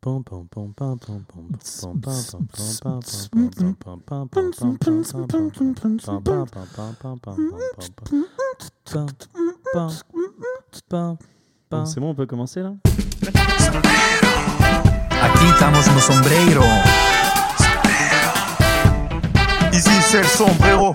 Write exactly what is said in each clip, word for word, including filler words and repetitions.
C'est bon, on peut commencer là? Aquí estamos no sombrero. Ici c'est le sombrero.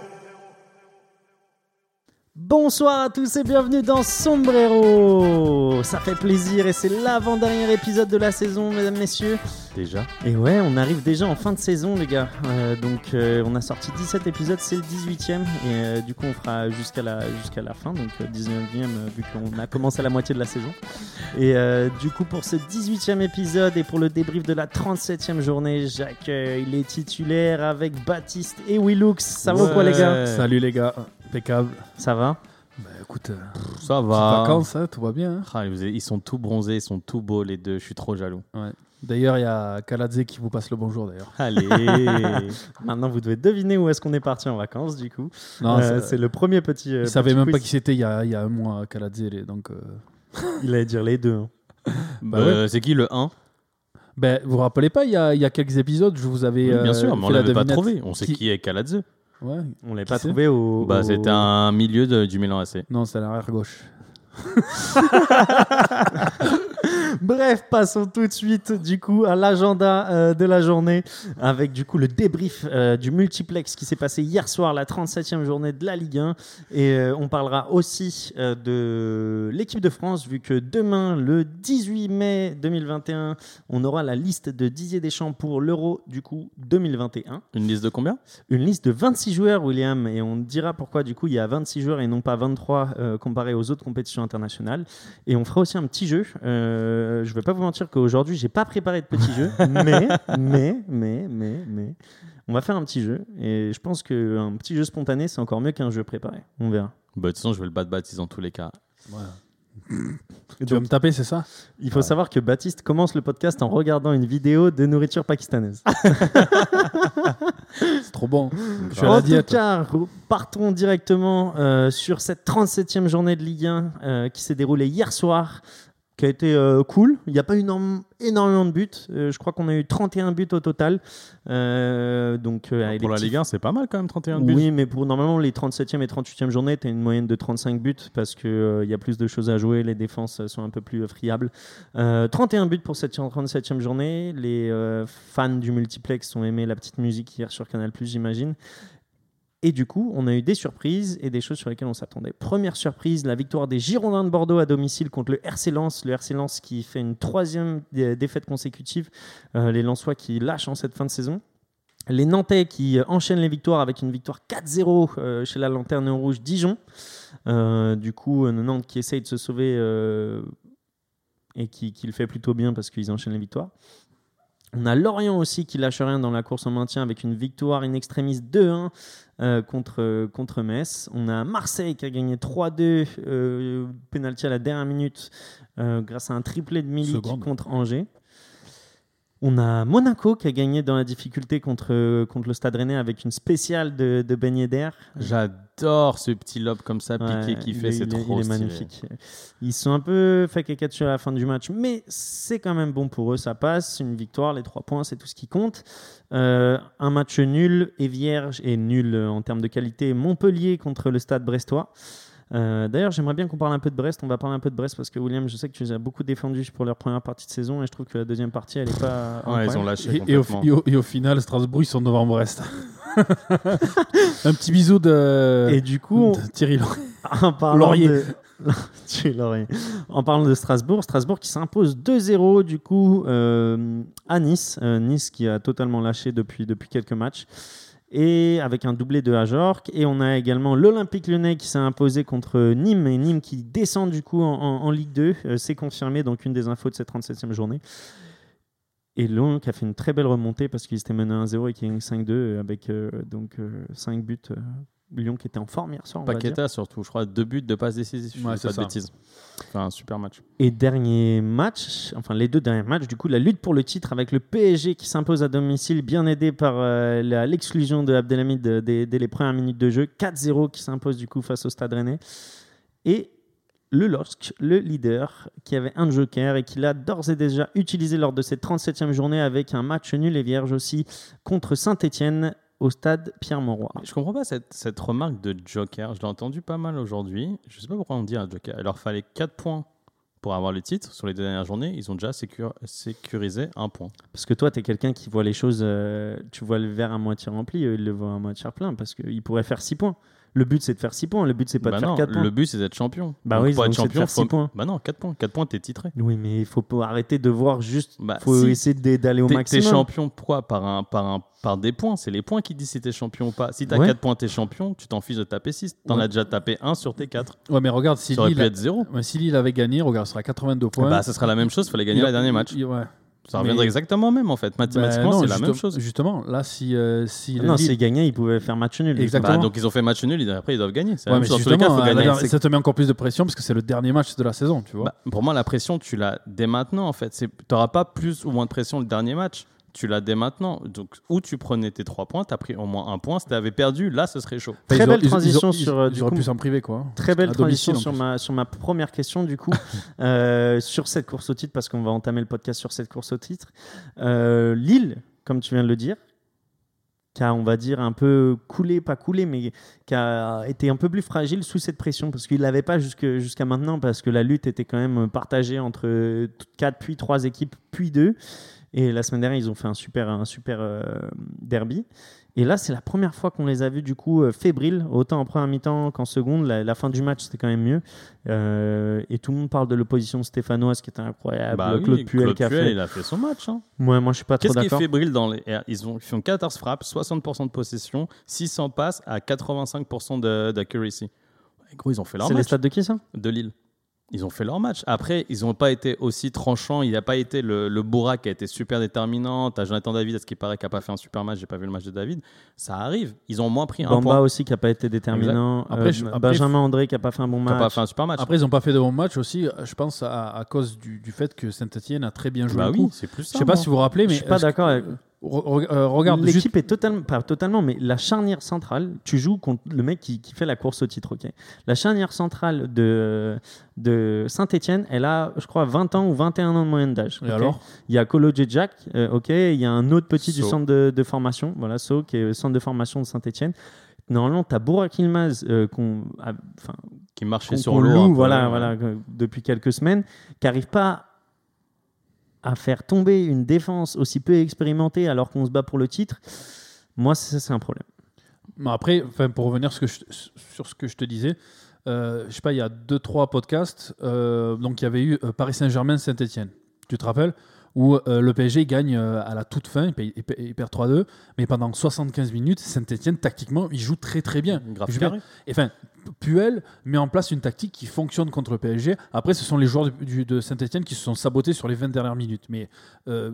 Bonsoir à tous et bienvenue dans Sombrero. Ça fait plaisir et c'est l'avant-dernier épisode de la saison, mesdames, messieurs. Déjà. Et ouais, on arrive déjà en fin de saison, les gars. Euh, donc, euh, on a sorti dix-sept épisodes, c'est le dix-huitième. Et euh, du coup, on fera jusqu'à la, jusqu'à la fin, donc euh, dix-neuvième, euh, vu qu'on a commencé à la moitié de la saison. Et euh, du coup, pour ce dix-huitième épisode et pour le débrief de la trente-septième journée, j'accueille les titulaires avec Baptiste et Willux. Ça va ouais. ou quoi, les gars? Salut les gars, impeccable. Ça va? Bah écoute, euh, ça va. Vacances, hein, tout va bien. Hein. Ah, ils sont tous bronzés, ils sont tous beaux les deux. Je suis trop jaloux. Ouais. D'ailleurs, il y a Kaladze qui vous passe le bonjour d'ailleurs. Allez, maintenant vous devez deviner où est-ce qu'on est parti en vacances du coup. Non, euh, c'est le premier petit. Euh, il savait même quiz. pas qui c'était il y a, il y a un mois, Kaladze, donc. Euh... Il allait dire les deux. Hein. Bah, euh, ouais. C'est qui le un? Ben, vous vous rappelez pas, il y a, il y a quelques épisodes, je vous avais. Oui, bien sûr, euh, mais on fait la l'avait pas devinette. trouvé. On sait qui, qui est Kaladze. Ouais. On l'a Qui pas c'est trouvé au. Bah, au... c'était un milieu de, du Milan A C. Non, c'est l'arrière gauche. Bref, passons tout de suite du coup à l'agenda euh, de la journée avec du coup le débrief euh, du multiplex qui s'est passé hier soir, la trente-septième journée de la Ligue un, et euh, on parlera aussi euh, de l'équipe de France vu que demain le dix-huit mai deux mille vingt et un on aura la liste de Didier Deschamps pour l'Euro du coup deux mille vingt et un. Une liste de combien? Une liste de vingt-six joueurs, William, et on dira pourquoi du coup il y a vingt-six joueurs et non pas vingt-trois euh, comparé aux autres compétitions internationales. Et on fera aussi un petit jeu. Euh, je ne vais pas vous mentir qu'aujourd'hui, je n'ai pas préparé de petit jeu, mais, mais, mais, mais, mais, on va faire un petit jeu. Et je pense qu'un petit jeu spontané, c'est encore mieux qu'un jeu préparé. On verra. Bah, de toute façon, je vais le battre Baptiste dans tous les cas. Ouais. Tu vas me taper, c'est ça? Il faut ouais. savoir que Baptiste commence le podcast en regardant une vidéo de nourriture pakistanaise. C'est trop bon. Je suis à la en diète. tout cas, partons directement euh, sur cette trente-septième journée de Ligue un euh, qui s'est déroulée hier soir, qui a été euh, cool. Il n'y a pas eu énorme, énormément de buts. Euh, je crois qu'on a eu trente et un buts au total. Euh, donc, euh, pour la petits... Ligue un, c'est pas mal quand même, trente et un buts. Oui, mais pour normalement les trente-septième et trente-huitième journées, tu as une moyenne de trente-cinq buts parce qu'il euh, y a plus de choses à jouer. Les défenses sont un peu plus euh, friables. Euh, trente et un buts pour cette trente-septième journée. Les euh, fans du multiplex ont aimé la petite musique hier sur Canal plus, j'imagine. Et du coup, on a eu des surprises et des choses sur lesquelles on s'attendait. Première surprise, la victoire des Girondins de Bordeaux à domicile contre le R C Lens. Le R C Lens qui fait une troisième dé- défaite consécutive. Euh, les Lensois qui lâchent en cette fin de saison. Les Nantais qui enchaînent les victoires avec une victoire quatre zéro euh, chez la Lanterne Rouge Dijon. Euh, du coup, Nantes qui essaye de se sauver euh, et qui, qui le fait plutôt bien parce qu'ils enchaînent les victoires. On a Lorient aussi qui lâche rien dans la course au maintien avec une victoire in extremis deux un euh, contre, contre Metz. On a Marseille qui a gagné trois deux, euh, penalty à la dernière minute euh, grâce à un triplé de Milik Seconde. contre Angers. On a Monaco qui a gagné dans la difficulté contre, contre le Stade Rennais avec une spéciale de, de Ben Yedder. J'adore ce petit lob comme ça, piqué Ouais, qui il fait, est, c'est il est, trop il est stylé. magnifique. Ils sont un peu fait caca sur la fin du match, mais c'est quand même bon pour eux, ça passe. Une victoire, les trois points, c'est tout ce qui compte. Euh, un match nul et vierge, et nul en termes de qualité, Montpellier contre le Stade Brestois. Euh, d'ailleurs, j'aimerais bien qu'on parle un peu de Brest. On va parler un peu de Brest parce que William, je sais que tu les as beaucoup défendus pour leur première partie de saison et je trouve que la deuxième partie, elle est pas. Ouais, ils ont lâché Et, et, au, complètement. et, au, et au final, Strasbourg, ils sont devant Brest. Un petit bisou de, Et du coup, on... de Thierry Laurier. en parlant Laurier. de... Thierry Laurier. En parlant de Strasbourg, Strasbourg qui s'impose deux zéro du coup euh, à Nice. Euh, nice qui a totalement lâché depuis, depuis quelques matchs. Et avec un doublé de Ajorc. Et on a également l'Olympique Lyonnais qui s'est imposé contre Nîmes. Et Nîmes qui descend du coup en, en, en Ligue deux. Euh, c'est confirmé, donc une des infos de cette trente-septième journée. Et Lyon qui a fait une très belle remontée parce qu'ils étaient menés un zéro et qui gagnent cinq deux avec euh, donc, euh, cinq buts. Euh, Lyon qui était en forme hier soir, on va dire. Paqueta surtout, je crois, deux buts, deux passes décisives, je ne Ouais, dis pas de ça. bêtises. Enfin, un super match. Et dernier match, enfin les deux derniers matchs, du coup la lutte pour le titre avec le P S G qui s'impose à domicile, bien aidé par euh, la, l'exclusion de Abdelhamid dès, dès les premières minutes de jeu, quatre zéro qui s'impose du coup face au Stade Rennais. Et le L O S C, le leader, qui avait un joker et qui l'a d'ores et déjà utilisé lors de cette trente-septième journée avec un match nul et vierge aussi contre Saint-Etienne au stade Pierre-Mauroy. Je comprends pas cette, cette remarque de joker. Je l'ai entendu pas mal aujourd'hui. Je sais pas pourquoi on dit un joker. Il leur fallait quatre points pour avoir le titre. Sur les deux dernières journées, ils ont déjà sécur- sécurisé un point. Parce que toi, tu es quelqu'un qui voit les choses, euh, tu vois le verre à moitié rempli, eux, ils le voient à moitié plein, parce qu'ils pourraient faire six points. Le but, c'est de faire six points. Le but, c'est pas Bah de faire non, quatre points. le but, c'est d'être champion. Bah Donc, oui, pour donc être c'est de champion, faire six faut... points. Bah non, quatre points. quatre points, t'es titré. Oui, mais il faut pas arrêter de voir juste. Il Bah, faut si. essayer de- d'aller au T'es, t'es maximum. champion pourquoi par, un, par, un, par des points. C'est les points qui disent si t'es champion ou pas. Si t'as Ouais. quatre points, t'es champion. Tu t'en fiches de taper six. T'en Ouais. as déjà tapé un sur tes quatre. Ouais, mais regarde, si Ça aurait pu Lille, être zéro. ouais, si Lille avait gagné, regarde, ce sera quatre-vingt-deux points. Bah, ça sera la même chose. Il fallait gagner Il- le dernier match. il- ouais. Ça reviendrait Mais- exactement au même en fait. Mathématiquement, Bah, non, c'est la juste- même chose. Justement, là, si, euh, si Non, Lille- s'ils gagnaient, ils pouvaient faire match nul. Exactement. Bah, donc ils ont fait match nul et après ils doivent gagner. C'est la Ouais, même mais chose. Dans tous les cas, il justement, faut à la gagner. dernière- ça te met encore plus de pression parce que c'est le dernier match de la saison, tu vois. Bah, pour moi, la pression, tu l'as dès maintenant en fait. Tu n'auras pas plus ou moins de pression le dernier match. Tu l'as dès maintenant. Donc, où tu prenais tes trois points, tu as pris au moins un point. Si tu avais perdu, là, ce serait chaud. Très Ils belle auraient- ils- transition ils, sur, Ils, euh, ils du auraient coup- pu s'en priver, quoi. Très belle À domicile, transition en sur plus. ma, sur ma première question, du coup, euh, sur cette course au titre, parce qu'on va entamer le podcast sur cette course au titre. Euh, Lille, comme tu viens de le dire, qui a, on va dire, un peu coulé, pas coulé, mais qui a été un peu plus fragile sous cette pression, parce qu'il ne l'avait pas jusque, jusqu'à maintenant, parce que la lutte était quand même partagée entre quatre, puis trois équipes, puis deux. Et la semaine dernière, ils ont fait un super, un super euh, derby. Et là, c'est la première fois qu'on les a vus du coup euh, fébriles, autant en première mi-temps qu'en seconde. La, la fin du match, c'était quand même mieux. Euh, et tout le monde parle de l'opposition stéphanoise qui était incroyable. Bah oui, Claude Puel Claude qui a Puel, fait. il a fait son match. Hein. Ouais, moi, je suis pas trop Qu'est-ce qui est d'accord. fébrile dans les. Ils, ont, ils font quatorze frappes, soixante pour cent de possession, six cents passes à quatre-vingt-cinq pour cent de- d'accuracy. Ouais, gros, ils ont fait leur C'est les match. stats de qui ça? De Lille. Ils ont fait leur match. Après, ils n'ont pas été aussi tranchants. Il n'a pas été le, le Bourra qui a été super déterminant. T'as Jonathan David, à ce qui paraît, qui n'a pas fait un super match. J'ai pas vu le match de David. Ça arrive. Ils ont moins pris un Bamba point. aussi qui a pas été déterminant. Exact. Après, Euh, je- après, Benjamin André qui a pas fait un bon Qui n'a match. pas fait un super match. Après, ils n'ont pas fait de bon match aussi, euh, je pense, à, à cause du, du fait que Saint-Etienne a très bien joué bah le oui, coup. c'est plus ça. Je sais pas moi. si vous vous rappelez, mais Je suis pas est-ce que- d'accord avec- Re- re- euh, regarde, L'équipe juste- est totalement, pas totalement, mais la charnière centrale, tu joues contre le mec qui, qui fait la course au titre, ok. La charnière centrale de, de Saint-Etienne, elle a, je crois, vingt ans ou vingt et un ans de moyenne d'âge. Et ok. alors Il y a Kolo Djedjak, euh, ok. Il y a un autre petit du So. centre de, de formation, voilà, So, qui est le centre de formation de Saint-Etienne. Normalement, tu as Bourak Yilmaz, euh, qu'on, a- enfin, Qui marchait qu'on- sur qu'on l'eau. loue, un peu. voilà, voilà, euh, depuis quelques semaines, qui n'arrive pas à faire tomber une défense aussi peu expérimentée alors qu'on se bat pour le titre. Moi, ça, c'est un problème. Mais après, enfin, pour revenir sur ce que je, sur ce que je te disais, euh, je sais pas, il y a deux trois podcasts, euh, donc il y avait eu euh, Paris Saint-Germain Saint-Etienne. Tu te rappelles où euh, le P S G gagne euh, à la toute fin, il, paye- il paye- il perd trois deux, mais pendant soixante-quinze minutes, Saint-Etienne, tactiquement, il joue très très bien. Grave Je veux dire, carré. et enfin, Puel met en place une tactique qui fonctionne contre le P S G. Après, ce sont les joueurs de, du- de Saint-Etienne qui se sont sabotés sur les vingt dernières minutes. Mais euh,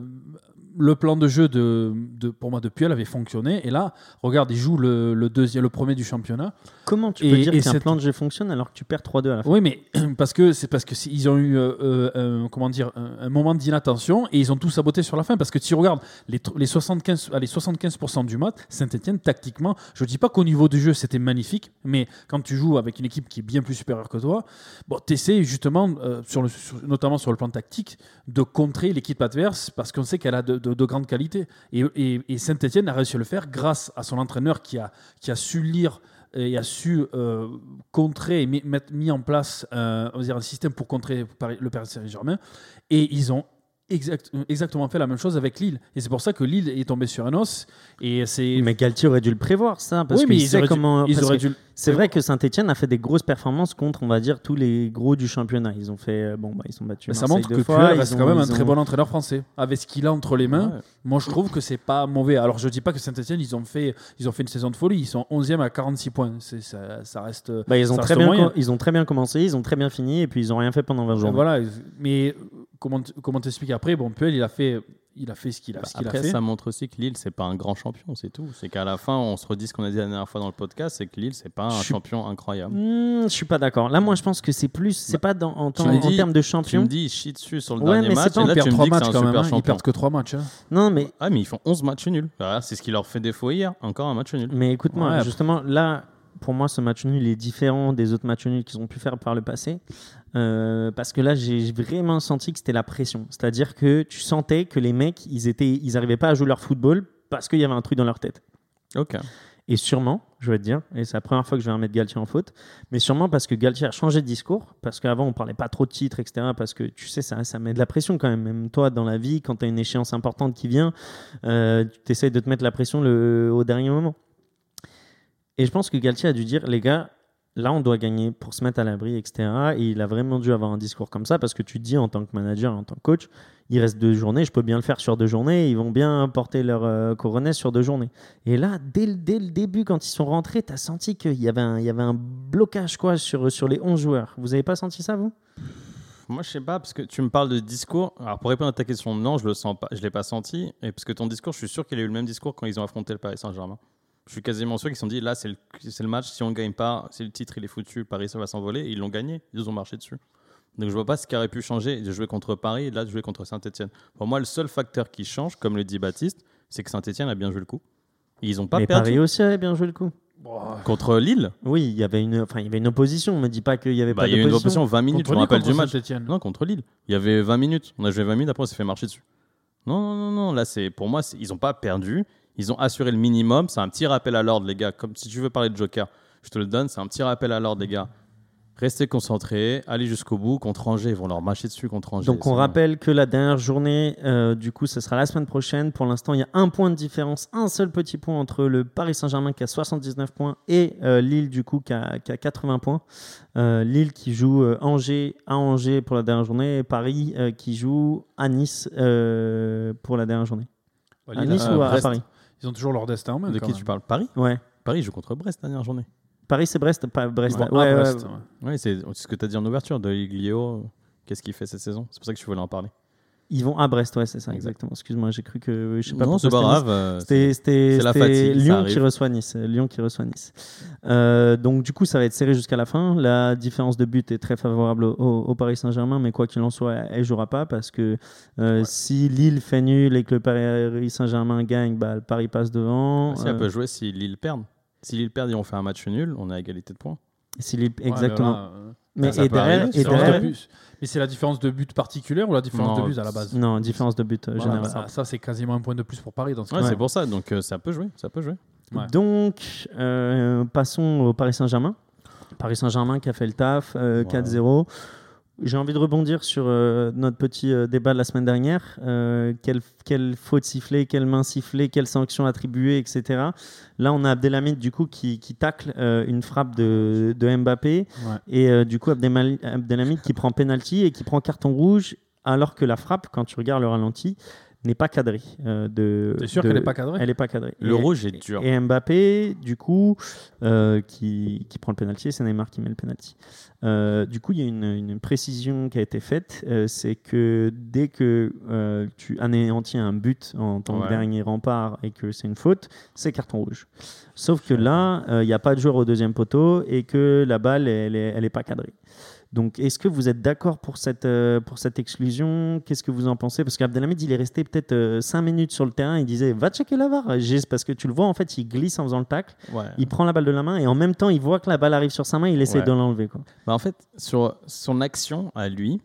le plan de jeu, de, de- pour moi, de Puel avait fonctionné. Et là, regarde, il joue le, le, deuxième, le premier du championnat. Comment tu Et- peux dire et qu'un cette- plan de jeu fonctionne alors que tu perds trois deux à la fin? Oui, mais parce que c'est parce que si- ils ont eu euh, euh, un, comment dire, un, un moment d'inattention et ils ont tout saboté sur la fin. Parce que si tu regardes les, tr- les soixante-quinze, allez, soixante-quinze pour cent du match, Saint-Etienne, tactiquement, je ne dis pas qu'au niveau du jeu c'était magnifique, mais quand tu joues avec une équipe qui est bien plus supérieure que toi, bon, tu essaies justement, euh, sur le, sur- notamment sur le plan tactique, de contrer l'équipe adverse parce qu'on sait qu'elle a de, de- de grandes qualités. Et, et- et Saint-Etienne a réussi à le faire grâce à son entraîneur qui a, qui a su lire et a su euh, contrer et mi- mettre mis en place euh, on va dire un système pour contrer Paris- le Paris Saint-Germain. Et ils ont exact- exactement fait la même chose avec Lille. Et c'est pour ça que Lille est tombé sur un os. Et c'est... Mais Galtier aurait dû le prévoir, ça, parce Oui, mais qu'il ils sait auraient dû- comment. ils parce auraient que dû- C'est vrai que Saint-Etienne a fait des grosses performances contre, on va dire, tous les gros du championnat. Ils ont fait, euh, bon, bah, ils sont battus. Mais ça Marseille montre deux que fois, Puel ils reste ont- quand même un ils très ont- bon entraîneur français. Avec ce qu'il a entre les mains, Ouais. moi je trouve que c'est pas mauvais. Alors je dis pas que Saint-Etienne, ils ont fait, ils ont fait une saison de folie. Ils sont onzième à quarante-six points. C'est, ça, ça reste. Bah, ils, ont ça très reste bien moyen. co- ils ont très bien commencé, ils ont très bien fini, et puis ils n'ont rien fait pendant vingt jours. Voilà. Mais comment, t- comment t'expliquer après? Bon, Puel, il a fait, il a fait ce qu'il a, Bah, ce qu'il a après, fait. ça montre aussi que Lille, c'est pas un grand champion, c'est tout. C'est qu'à la fin, on se redit ce qu'on a dit la dernière fois dans le podcast, c'est que Lille, c'est pas un Je suis- champion incroyable. Hmm, je suis pas d'accord. Là, moi, je pense que c'est plus, c'est pas dans, en, tu temps- me en dis- termes de Tu champion. me dis, ils chient dessus sur le Ouais, dernier mais c'est match, pas- et Ils là, perdent tu me trois dis que matchs c'est un quand même. super hein. Ils champion. perdent que trois matchs. hein. Non, mais Ah, mais ils font onze matchs nuls. Voilà, c'est ce qui leur fait défaut hier. Encore un match nul. Mais écoute-moi, Ouais. justement, là, pour moi, ce match nul est différent des autres matchs nuls qu'ils ont pu faire par le passé. Euh, parce que là, j'ai vraiment senti que c'était la pression. C'est-à-dire que tu sentais que les mecs, ils étaient, ils arrivaient pas à jouer leur football parce qu'il y avait un truc dans leur tête. Ok. Et sûrement, je vais te dire, et c'est la première fois que je vais remettre Galtier en faute, mais sûrement parce que Galtier a changé de discours, parce qu'avant on parlait pas trop de titres, et cetera. Parce que tu sais, ça, ça met de la pression quand même. Même toi, dans la vie, quand tu as une échéance importante qui vient, euh, tu essayes de te mettre la pression le, au dernier moment. Et je pense que Galtier a dû dire, les gars, là on doit gagner pour se mettre à l'abri, et cetera. Et il a vraiment dû avoir un discours comme ça, parce que tu te dis en tant que manager, en tant que coach, il reste deux journées, je peux bien le faire sur deux journées, ils vont bien porter leur euh, coronet sur deux journées. Et là, dès le, dès le début, quand ils sont rentrés, tu as senti qu'il y avait un, il y avait un blocage quoi, sur, sur les onze joueurs. Vous n'avez pas senti ça, vous ? Moi, je sais pas, parce que tu me parles de discours. Alors, pour répondre à ta question, non, je le sens pas, je l'ai pas senti. Et parce que ton discours, je suis sûr qu'il a eu le même discours quand ils ont affronté le Paris Saint-Germain. Je suis quasiment sûr qu'ils se sont dit, là, c'est le, c'est le match, si on ne gagne pas, si le titre il est foutu, Paris ça va s'envoler. Et ils l'ont gagné, ils ont marché dessus. Donc je vois pas ce qui aurait pu changer de jouer contre Paris et là de jouer contre Saint-Etienne. Pour moi, le seul facteur qui change, comme le dit Baptiste, c'est que Saint-Etienne a bien joué le coup. Ils ont pas Mais perdu. Paris aussi avait bien joué le coup. Contre Lille. Oui, il y avait une, enfin il y avait une opposition. On me dit pas qu'il y avait Bah, pas il y a eu une d'opposition. opposition vingt minutes, Contre je me Lille, rappelle contre du match. Saint-Etienne. Non, contre Lille. Il y avait vingt minutes. On a joué vingt minutes, après on s'est fait marcher dessus. Non, non, non, non. Là, c'est pour moi, c'est, ils ont pas perdu. Ils ont assuré le minimum. C'est un petit rappel à l'ordre, les gars. Comme si tu veux parler de Joker, je te le donne. C'est un petit rappel à l'ordre, les gars. Restez concentrés, allez jusqu'au bout. Contre Angers, ils vont leur marcher dessus contre Angers. Donc on c'est rappelle que la dernière journée, euh, du coup, ce sera la semaine prochaine. Pour l'instant, il y a un point de différence, un seul petit point entre le Paris Saint-Germain qui a soixante-dix-neuf points et euh, Lille, du coup, qui a, qui a quatre-vingts points. Euh, Lille qui joue euh, Angers à Angers pour la dernière journée et Paris euh, qui joue à Nice euh, pour la dernière journée. Bah, À Lille, Nice euh, ou à, à Brest. Paris ? Ils ont toujours leur destin en main. De quand qui même. tu parles? Paris. Ouais. Paris joue contre Brest la dernière journée. Paris, c'est Brest, pas Brest. Ouais, Ouais, à ouais, Brest, ouais. ouais. Oui, c'est, c'est ce que tu as dit en ouverture de Iglio. Qu'est-ce qu'il fait cette saison? C'est pour ça que je voulais en parler. Ils vont à Brest, ouais, c'est ça, Exact. exactement. Excuse-moi, j'ai cru que. Je sais pas Non, pourquoi c'est pas c'était grave. Nice. euh, C'était, c'était, c'est la c'était fatigue, ça Lyon arrive. qui reçoit Nice. Lyon qui reçoit Nice. Euh, donc du coup, ça va être serré jusqu'à la fin. La différence de but est très favorable au, au- au Paris Saint-Germain, mais quoi qu'il en soit, elle ne jouera pas parce que euh, Ouais. si Lille fait nul et que le Paris Saint-Germain gagne, bah, le Paris passe devant. Si elle Euh, peut jouer si Lille perd. Si Lille perd et on fait un match nul, on est à égalité de points. si Lille- Ouais, exactement. mais là, euh, mais ça et peut derrière, arriver, et c'est différence derrière- de but. Mais c'est la différence de but particulière ou la différence Non, de but à la base? non, différence de but euh, Voilà, générale. ça, ça, c'est quasiment un point de plus pour Paris dans ce Ouais, cas. c'est pour ça. Donc euh, ça peut jouer. Ça peut jouer. Ouais. Donc, euh, passons au Paris Saint-Germain. Paris Saint-Germain qui a fait le taf, euh, Ouais. quatre zéro. J'ai envie de rebondir sur euh, notre petit euh, débat de la semaine dernière. Euh, quelle, quelle faute sifflée, quelle main sifflée, quelle sanction attribuée, et cetera. Là, on a Abdelhamid du coup qui, qui tacle euh, une frappe de, de Mbappé Ouais. et euh, du coup Abdelmal- Abdelhamid qui prend penalty et qui prend carton rouge alors que la frappe, quand tu regardes le ralenti, n'est pas cadrée. Euh, de, T'es sûr de- qu'elle n'est pas cadrée? Elle n'est pas cadrée. Le Et- rouge est dur. Et Mbappé, du coup, euh, qui, qui prend le penalty, c'est Neymar qui met le penalty. Euh, du coup, il y a une, une précision qui a été faite, euh, c'est que dès que euh, tu anéantis un but en tant que Ouais. dernier rempart et que c'est une faute, c'est carton rouge. Sauf que là, euh, il n'y a pas de joueur au deuxième poteau et que la balle, elle n'est elle est pas cadrée. Donc, est-ce que vous êtes d'accord pour cette, euh, pour cette exclusion? Qu'est-ce que vous en pensez? Parce qu'Abdelhamid, il est resté peut-être cinq minutes sur le terrain. Il disait, va checker la V A R. J'ai- Parce que tu le vois, en fait, il glisse en faisant le tacle. Ouais. Il prend la balle de la main et en même temps, il voit que la balle arrive sur sa main. Il essaie Ouais. de l'enlever, quoi. Bah, en fait, sur son action à lui,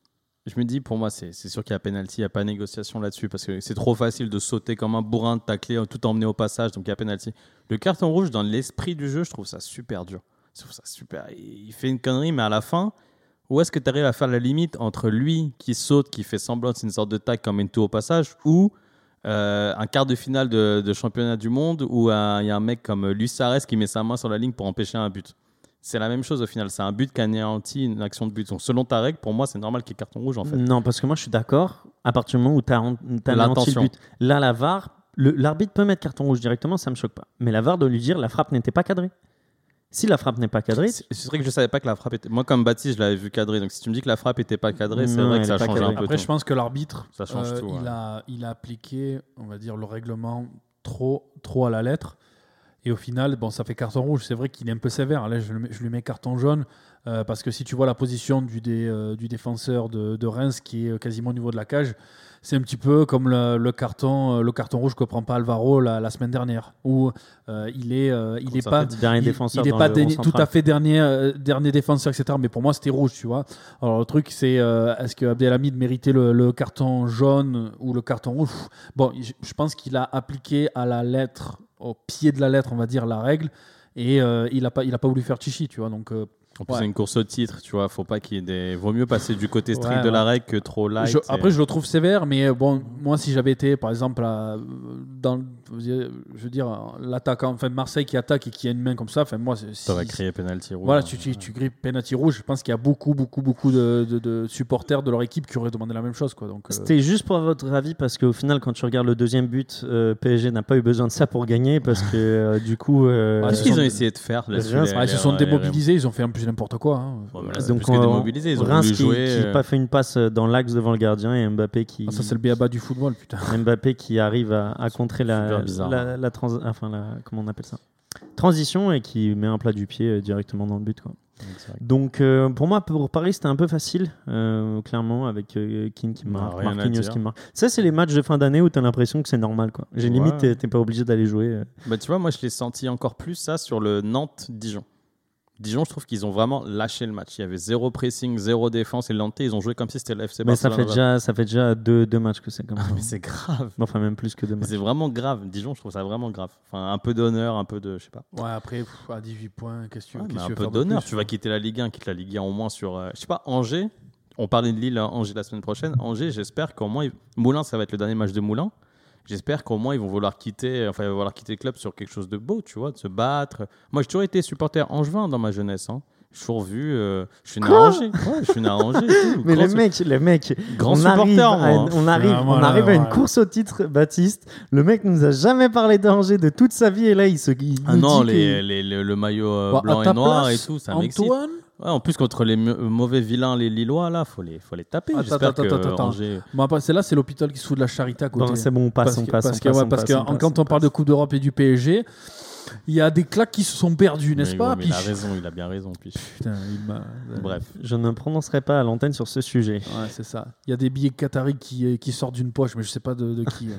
je me dis, pour moi, c'est, c'est sûr qu'il y a penalty, il n'y a pas de négociation là-dessus, parce que c'est trop facile de sauter comme un bourrin, de tacler, tout emmener au passage, donc il y a penalty. Le carton rouge, dans l'esprit du jeu, je trouve ça super dur. Je trouve ça super. Il fait une connerie, mais à la fin, où est-ce que tu arrives à faire la limite entre lui qui saute, qui fait semblant que c'est une sorte de tacle comme une tour au passage, ou euh, un quart de finale de, de championnat du monde où euh, il y a un mec comme Luis Suarez qui met sa main sur la ligne pour empêcher un but? C'est la même chose au final. C'est un but qui anéantit une action de but. Donc, selon ta règle, pour moi, c'est normal qu'il y ait carton rouge en fait. Non, parce que moi, je suis d'accord. À partir du moment où tu as anéanti le L'intention. but, là, la V A R, le- l'arbitre peut mettre carton rouge directement, ça me choque pas. Mais la V A R doit lui dire la frappe n'était pas cadrée. Si la frappe n'est pas cadrée, C'est c'est vrai que je savais pas que la frappe était. Moi, comme Baptiste, je l'avais vu cadré. Donc, si tu me dis que la frappe était pas cadrée, c'est Non, vrai elle que ça est pas change un cadrée. peu. Après, tout. je pense que l'arbitre, Ça change euh, tout, il, ouais. a, il a appliqué, on va dire, le règlement trop, trop à la lettre. Et au final, bon, ça fait carton rouge. C'est vrai qu'il est un peu sévère. Là, je, le mets- je lui mets carton jaune euh, parce que si tu vois la position du, dé- euh, du défenseur de, de Reims qui est quasiment au niveau de la cage, c'est un petit peu comme le, le carton, euh, le carton rouge que prend pas Alvaro la, la semaine dernière, où euh, il est, euh, il Comme est ça, pas, en fait, dernier il, défenseur il est dans pas le dernier- rond tout central. à fait dernier, euh, dernier défenseur, et cetera. Mais pour moi, c'était rouge, tu vois. Alors le truc, c'est euh, est-ce que Abdelhamid méritait le, le carton jaune ou le carton rouge? Pff, Bon, je, je pense qu'il a appliqué à la lettre, au pied de la lettre, on va dire, la règle, et euh, il a pas, il a pas voulu faire chichi, tu vois. Donc euh, En plus, Ouais. c'est une course au titre, tu vois. Faut pas qu'il y ait des. Vaut mieux passer du côté strict Ouais, de la ouais. règle que trop light. Je- et- après, je le trouve sévère, mais euh, bon, moi, si j'avais été, par exemple, à- dans, je veux dire, l'attaquant, enfin Marseille qui attaque et qui a une main comme ça, enfin moi, c'est- si, T'aurais crié penalty rouge. voilà, hein. tu, tu, tu grippes penalty rouge. Je pense qu'il y a beaucoup, beaucoup, beaucoup de, de- de supporters de leur équipe qui auraient demandé la même chose, quoi. Donc, euh, C'était juste pour votre avis parce qu'au final, quand tu regardes le deuxième but, euh, P S G n'a pas eu besoin de ça pour gagner parce que euh, du coup. euh, Ah, Qu'est-ce ils qu'ils sont- ont essayé de faire là-dessus, Reims, les- ah, ils se les- sont les- démobilisés, ils ont fait un peu n'importe quoi. hein. Ouais, mais là, c'est donc, plus que on- démobilisés. Ils ont Reims voulu qui jouer. qui euh, pas fait une passe dans l'axe devant le gardien et Mbappé qui. Ah, ça, c'est le béaba du football, putain. Mbappé qui arrive à, à contrer la, Super bizarre, la, hein. la trans- enfin la, comment on appelle ça, transition et qui met un plat du pied euh, directement dans le but, quoi. exact. Donc euh, pour moi, pour Paris, c'était un peu facile, euh, clairement, avec euh, Keane qui Bah, marque, rien à Marquinhos dire. qui marque. Ça, c'est les matchs de fin d'année où tu as l'impression que c'est normal, quoi. J'ai Ouais. limite, t'es- t'es pas obligé d'aller jouer. euh. Bah, tu vois, moi, je l'ai senti encore plus ça sur le Nantes-Dijon. Dijon, je trouve qu'ils ont vraiment lâché le match. Il y avait zéro pressing, zéro défense. Et le Nantais, ils ont joué comme si c'était le F C Mais ça Barcelone. fait déjà, ça fait déjà deux, deux matchs que c'est comme ça. Mais c'est grave. Enfin, même plus que deux Mais matchs. c'est vraiment grave. Dijon, je trouve ça vraiment grave. Enfin, un peu d'honneur, un peu de. Je sais pas. Ouais, après, pff, à dix-huit points, qu'est-ce que tu Ouais, qu'est-ce mais que un tu veux peu faire de d'honneur. plus, Tu vas quitter la Ligue un, quitte la Ligue un au moins sur. euh, je sais pas, Angers. On parlait de Lille, hein, Angers la semaine prochaine. Angers, j'espère qu'au moins. ils- Moulin, ça va être le dernier match de Moulin. J'espère qu'au moins ils vont vouloir quitter, enfin ils vont vouloir quitter le club sur quelque chose de beau, tu vois, de se battre. Moi, j'ai toujours été supporter angevin dans ma jeunesse. Hein. J'ai toujours vu. euh, je suis né à Quoi Angers. Ouais, je suis né à Angers. et tout. Mais Grand les mecs, les mecs, grand on arrive, supporter, à, moi, hein. on arrive, Ah, on voilà, arrive à une ouais. course au titre, Baptiste. Le mec nous a jamais parlé d'Angers de toute sa vie et là il se. Il Ah nous non, dit les, que- les- le, le maillot euh, Bah, à blanc ta et noir place, et tout, ça m'excite. Antoine, Ouais, en plus, contre les mau- mauvais vilains, les Lillois, là, faut les, faut les taper. Attends, J'espère attends, que attends, attends. Angers. bon, après, c'est là, c'est l'hôpital qui se fout de la charité à côté. Bon, c'est bon, on passe, parce on que, passe, parce on que, passe, ouais, on parce passe, que on passe, quand on on parle passe. de Coupe d'Europe et du P S G, il y a des claques qui se sont perdues, n'est-ce Mais pas ouais, mais il a Puis- raison, il a bien raison. Puis... Putain, il m'a- Bref. Je ne prononcerai pas à l'antenne sur ce sujet. Ouais, c'est ça. Il y a des billets qataris qui, qui sortent d'une poche, mais je sais pas de, de qui.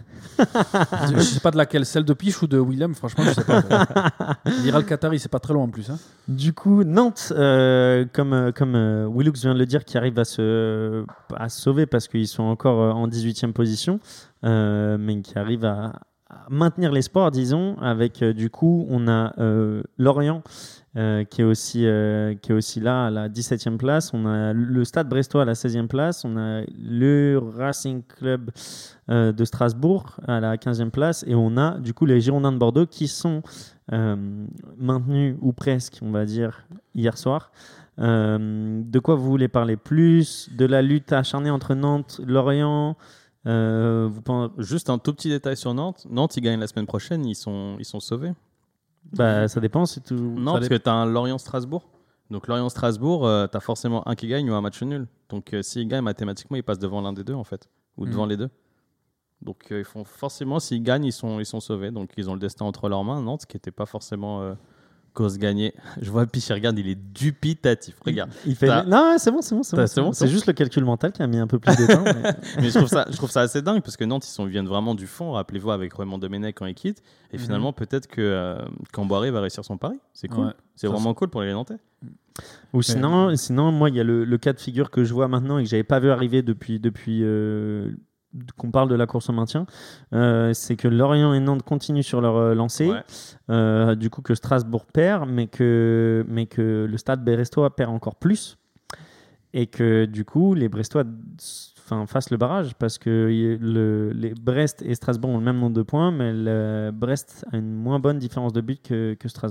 je sais pas de laquelle, celle de Piche ou de Willem, franchement, je sais pas. L'Iral Qatari, c'est pas très loin en plus. Hein. Du coup, Nantes, euh, comme, euh, comme euh, Willux vient de le dire, qui arrive à se, à se sauver parce qu'ils sont encore euh, en dix-huitième position, euh, mais qui arrive à, à maintenir l'espoir, disons, avec euh, du coup, on a euh, Lorient euh, qui, est aussi, euh, qui est aussi là à la dix-septième place, on a le Stade Brestois à la seizième place, on a le Racing Club euh, de Strasbourg à la quinzième place, et on a du coup les Girondins de Bordeaux qui sont euh, maintenus, ou presque, on va dire, hier soir. Euh, de quoi vous voulez parler plus? De la lutte acharnée entre Nantes, Lorient euh, vous pensez... Juste un tout petit détail sur Nantes. Nantes, ils gagnent la semaine prochaine, ils sont, ils sont sauvés. Bah, ça dépend, c'est tout. Non, ça parce que tu as un Lorient-Strasbourg. Donc Lorient-Strasbourg, euh, tu as forcément un qui gagne ou un match nul. Donc euh, s'ils gagnent, mathématiquement, ils passent devant l'un des deux, en fait. Ou Mhm. devant les deux. Donc euh, ils font forcément, s'ils gagnent, ils sont, ils sont sauvés. Donc ils ont le destin entre leurs mains. Nantes, qui n'était pas forcément euh, cause gagnée. Je vois Pichi, regarde, il est dubitatif. Regarde. Il fait... T'as- Non, c'est bon, c'est bon. C'est, T'as- bon, c'est bon, c'est c'est juste le calcul mental qui a mis un peu plus de temps. mais- Mais je trouve, ça, je trouve ça assez dingue parce que Nantes, ils sont, viennent vraiment du fond. Rappelez-vous avec Raymond Domenech quand il quitte. Et Mhm. finalement, peut-être que euh, Camboiré va réussir son pari. C'est cool. Ouais. C'est Ça, vraiment cool pour les Nantais. Ou sinon, sinon, moi, il y a le, le cas de figure que je vois maintenant et que j'avais pas vu arriver depuis, depuis euh, qu'on parle de la course au maintien. Euh, c'est que Lorient et Nantes continuent sur leur euh, lancée. Ouais. Euh, du coup, que Strasbourg perd, mais que, mais que le Stade Brestois perd encore plus. Et que du coup, les Brestois enfin, fassent le barrage parce que y- le, les Brest et Strasbourg ont le même nombre de points, mais le Brest a une moins bonne différence de but que, que Strasbourg.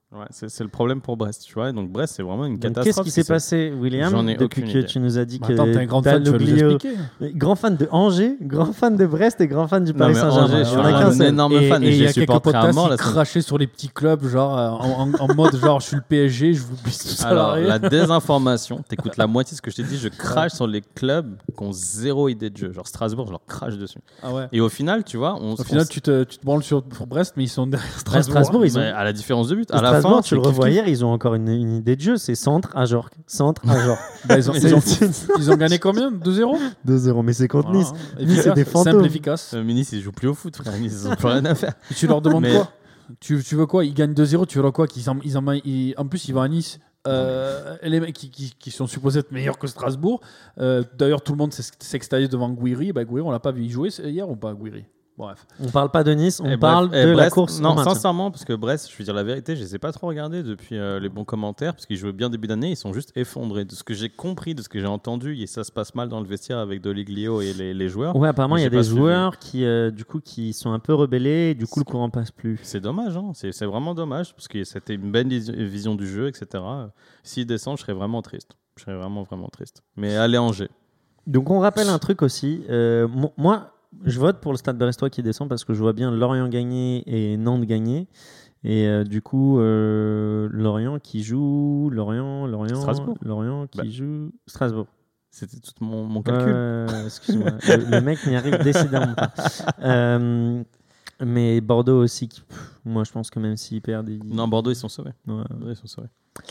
Ouais, c'est, c'est le problème pour Brest, tu vois. Donc Brest, c'est vraiment une Donc, catastrophe. qu'est-ce qui s'est c'est- passé, William, J'en ai depuis aucune que idée. tu nous as dit Mais que attends, t'es un grand fan, tu vas nous Dalloglio- expliquer. Grand fan de Angers, grand fan de Brest et grand fan du Non, Paris mais Saint-Germain. Angers, je Il suis y en a un qu'un seul. énorme Et fan et et il je y les a quelques supporterai à podcasts mort. qui la semaine- crachaient sur les petits clubs, genre euh, en, en- en mode genre je suis le P S G, je vous pisse tout Alors, salarié. la désinformation, t'écoutes la moitié de ce que je t'ai dit, je crache sur les clubs qui ont zéro idée de jeu. Genre Strasbourg, je leur crache dessus. Ah ouais. Et au final, tu vois, on Au final, on- tu te, tu te branles sur pour Brest, mais ils sont derrière Ouais, Strasbourg. Strasbourg, ils ont. mais à la différence de but, à la Strasbourg, fin, tu c'est le kiff-kiff. revois hier, ils ont encore une, une idée de jeu, c'est centre à Jorque. Centre à Jorque. Bah, ils, ont, Mais ils, ont, c'est- ils ont gagné combien deux zéro deux zéro, mais c'est contre Voilà. Nice. Et Nice, c'est des fantômes. simple, efficace. Euh, Minis, ils jouent plus au foot, frère. Ils ont plus rien à faire. Et tu leur demandes Mais- quoi tu, tu veux quoi Ils gagnent deux zéro, tu veux leur quoi qu'ils en, ils en, ils- En plus, ils vont à Nice. Euh, les mecs qui, qui, qui sont supposés être meilleurs que Strasbourg. Euh, D'ailleurs, tout le monde s'ex- s'extasie devant Gouiri. Bah, Gouiri, on l'a pas vu y jouer hier ou pas, Gouiri Bref. On parle pas de Nice, on Et parle bref, et de la Brest- course. au Non, maintien. sincèrement, parce que Brest, je vais dire la vérité, je les ai pas trop regardés depuis euh, les bons commentaires, parce qu'ils jouaient bien début d'année, ils sont juste effondrés. De ce que j'ai compris, de ce que j'ai entendu, et ça se passe mal dans le vestiaire avec Doliglio et les, les joueurs. Ouais, apparemment, il y a J'ai pas des suivi. joueurs qui, euh, du coup, qui sont un peu rebellés, et du coup, le courant passe plus. C'est dommage, hein. c'est, c'est vraiment dommage, parce que c'était une belle vis- vision du jeu, et cetera. S'ils descendent, je serais vraiment triste. Je serais vraiment, vraiment triste. Mais allez Angers. Donc, on rappelle un truc aussi. Euh, mo- moi, je vote pour le Stade Brestois qui descend parce que je vois bien Lorient gagner et Nantes gagner. Et euh, du coup, euh, Lorient qui joue. Lorient, Lorient. Strasbourg. Lorient qui Bah. joue. Strasbourg. C'était tout mon, mon calcul. Euh, excuse-moi. le, le mec n'y arrive décidément pas. Euh, mais Bordeaux aussi. Qui, pff, moi, je pense que même s'ils perdent. Ils... Non, Bordeaux, ils sont sauvés. Ouais. Bordeaux, ils sont sauvés.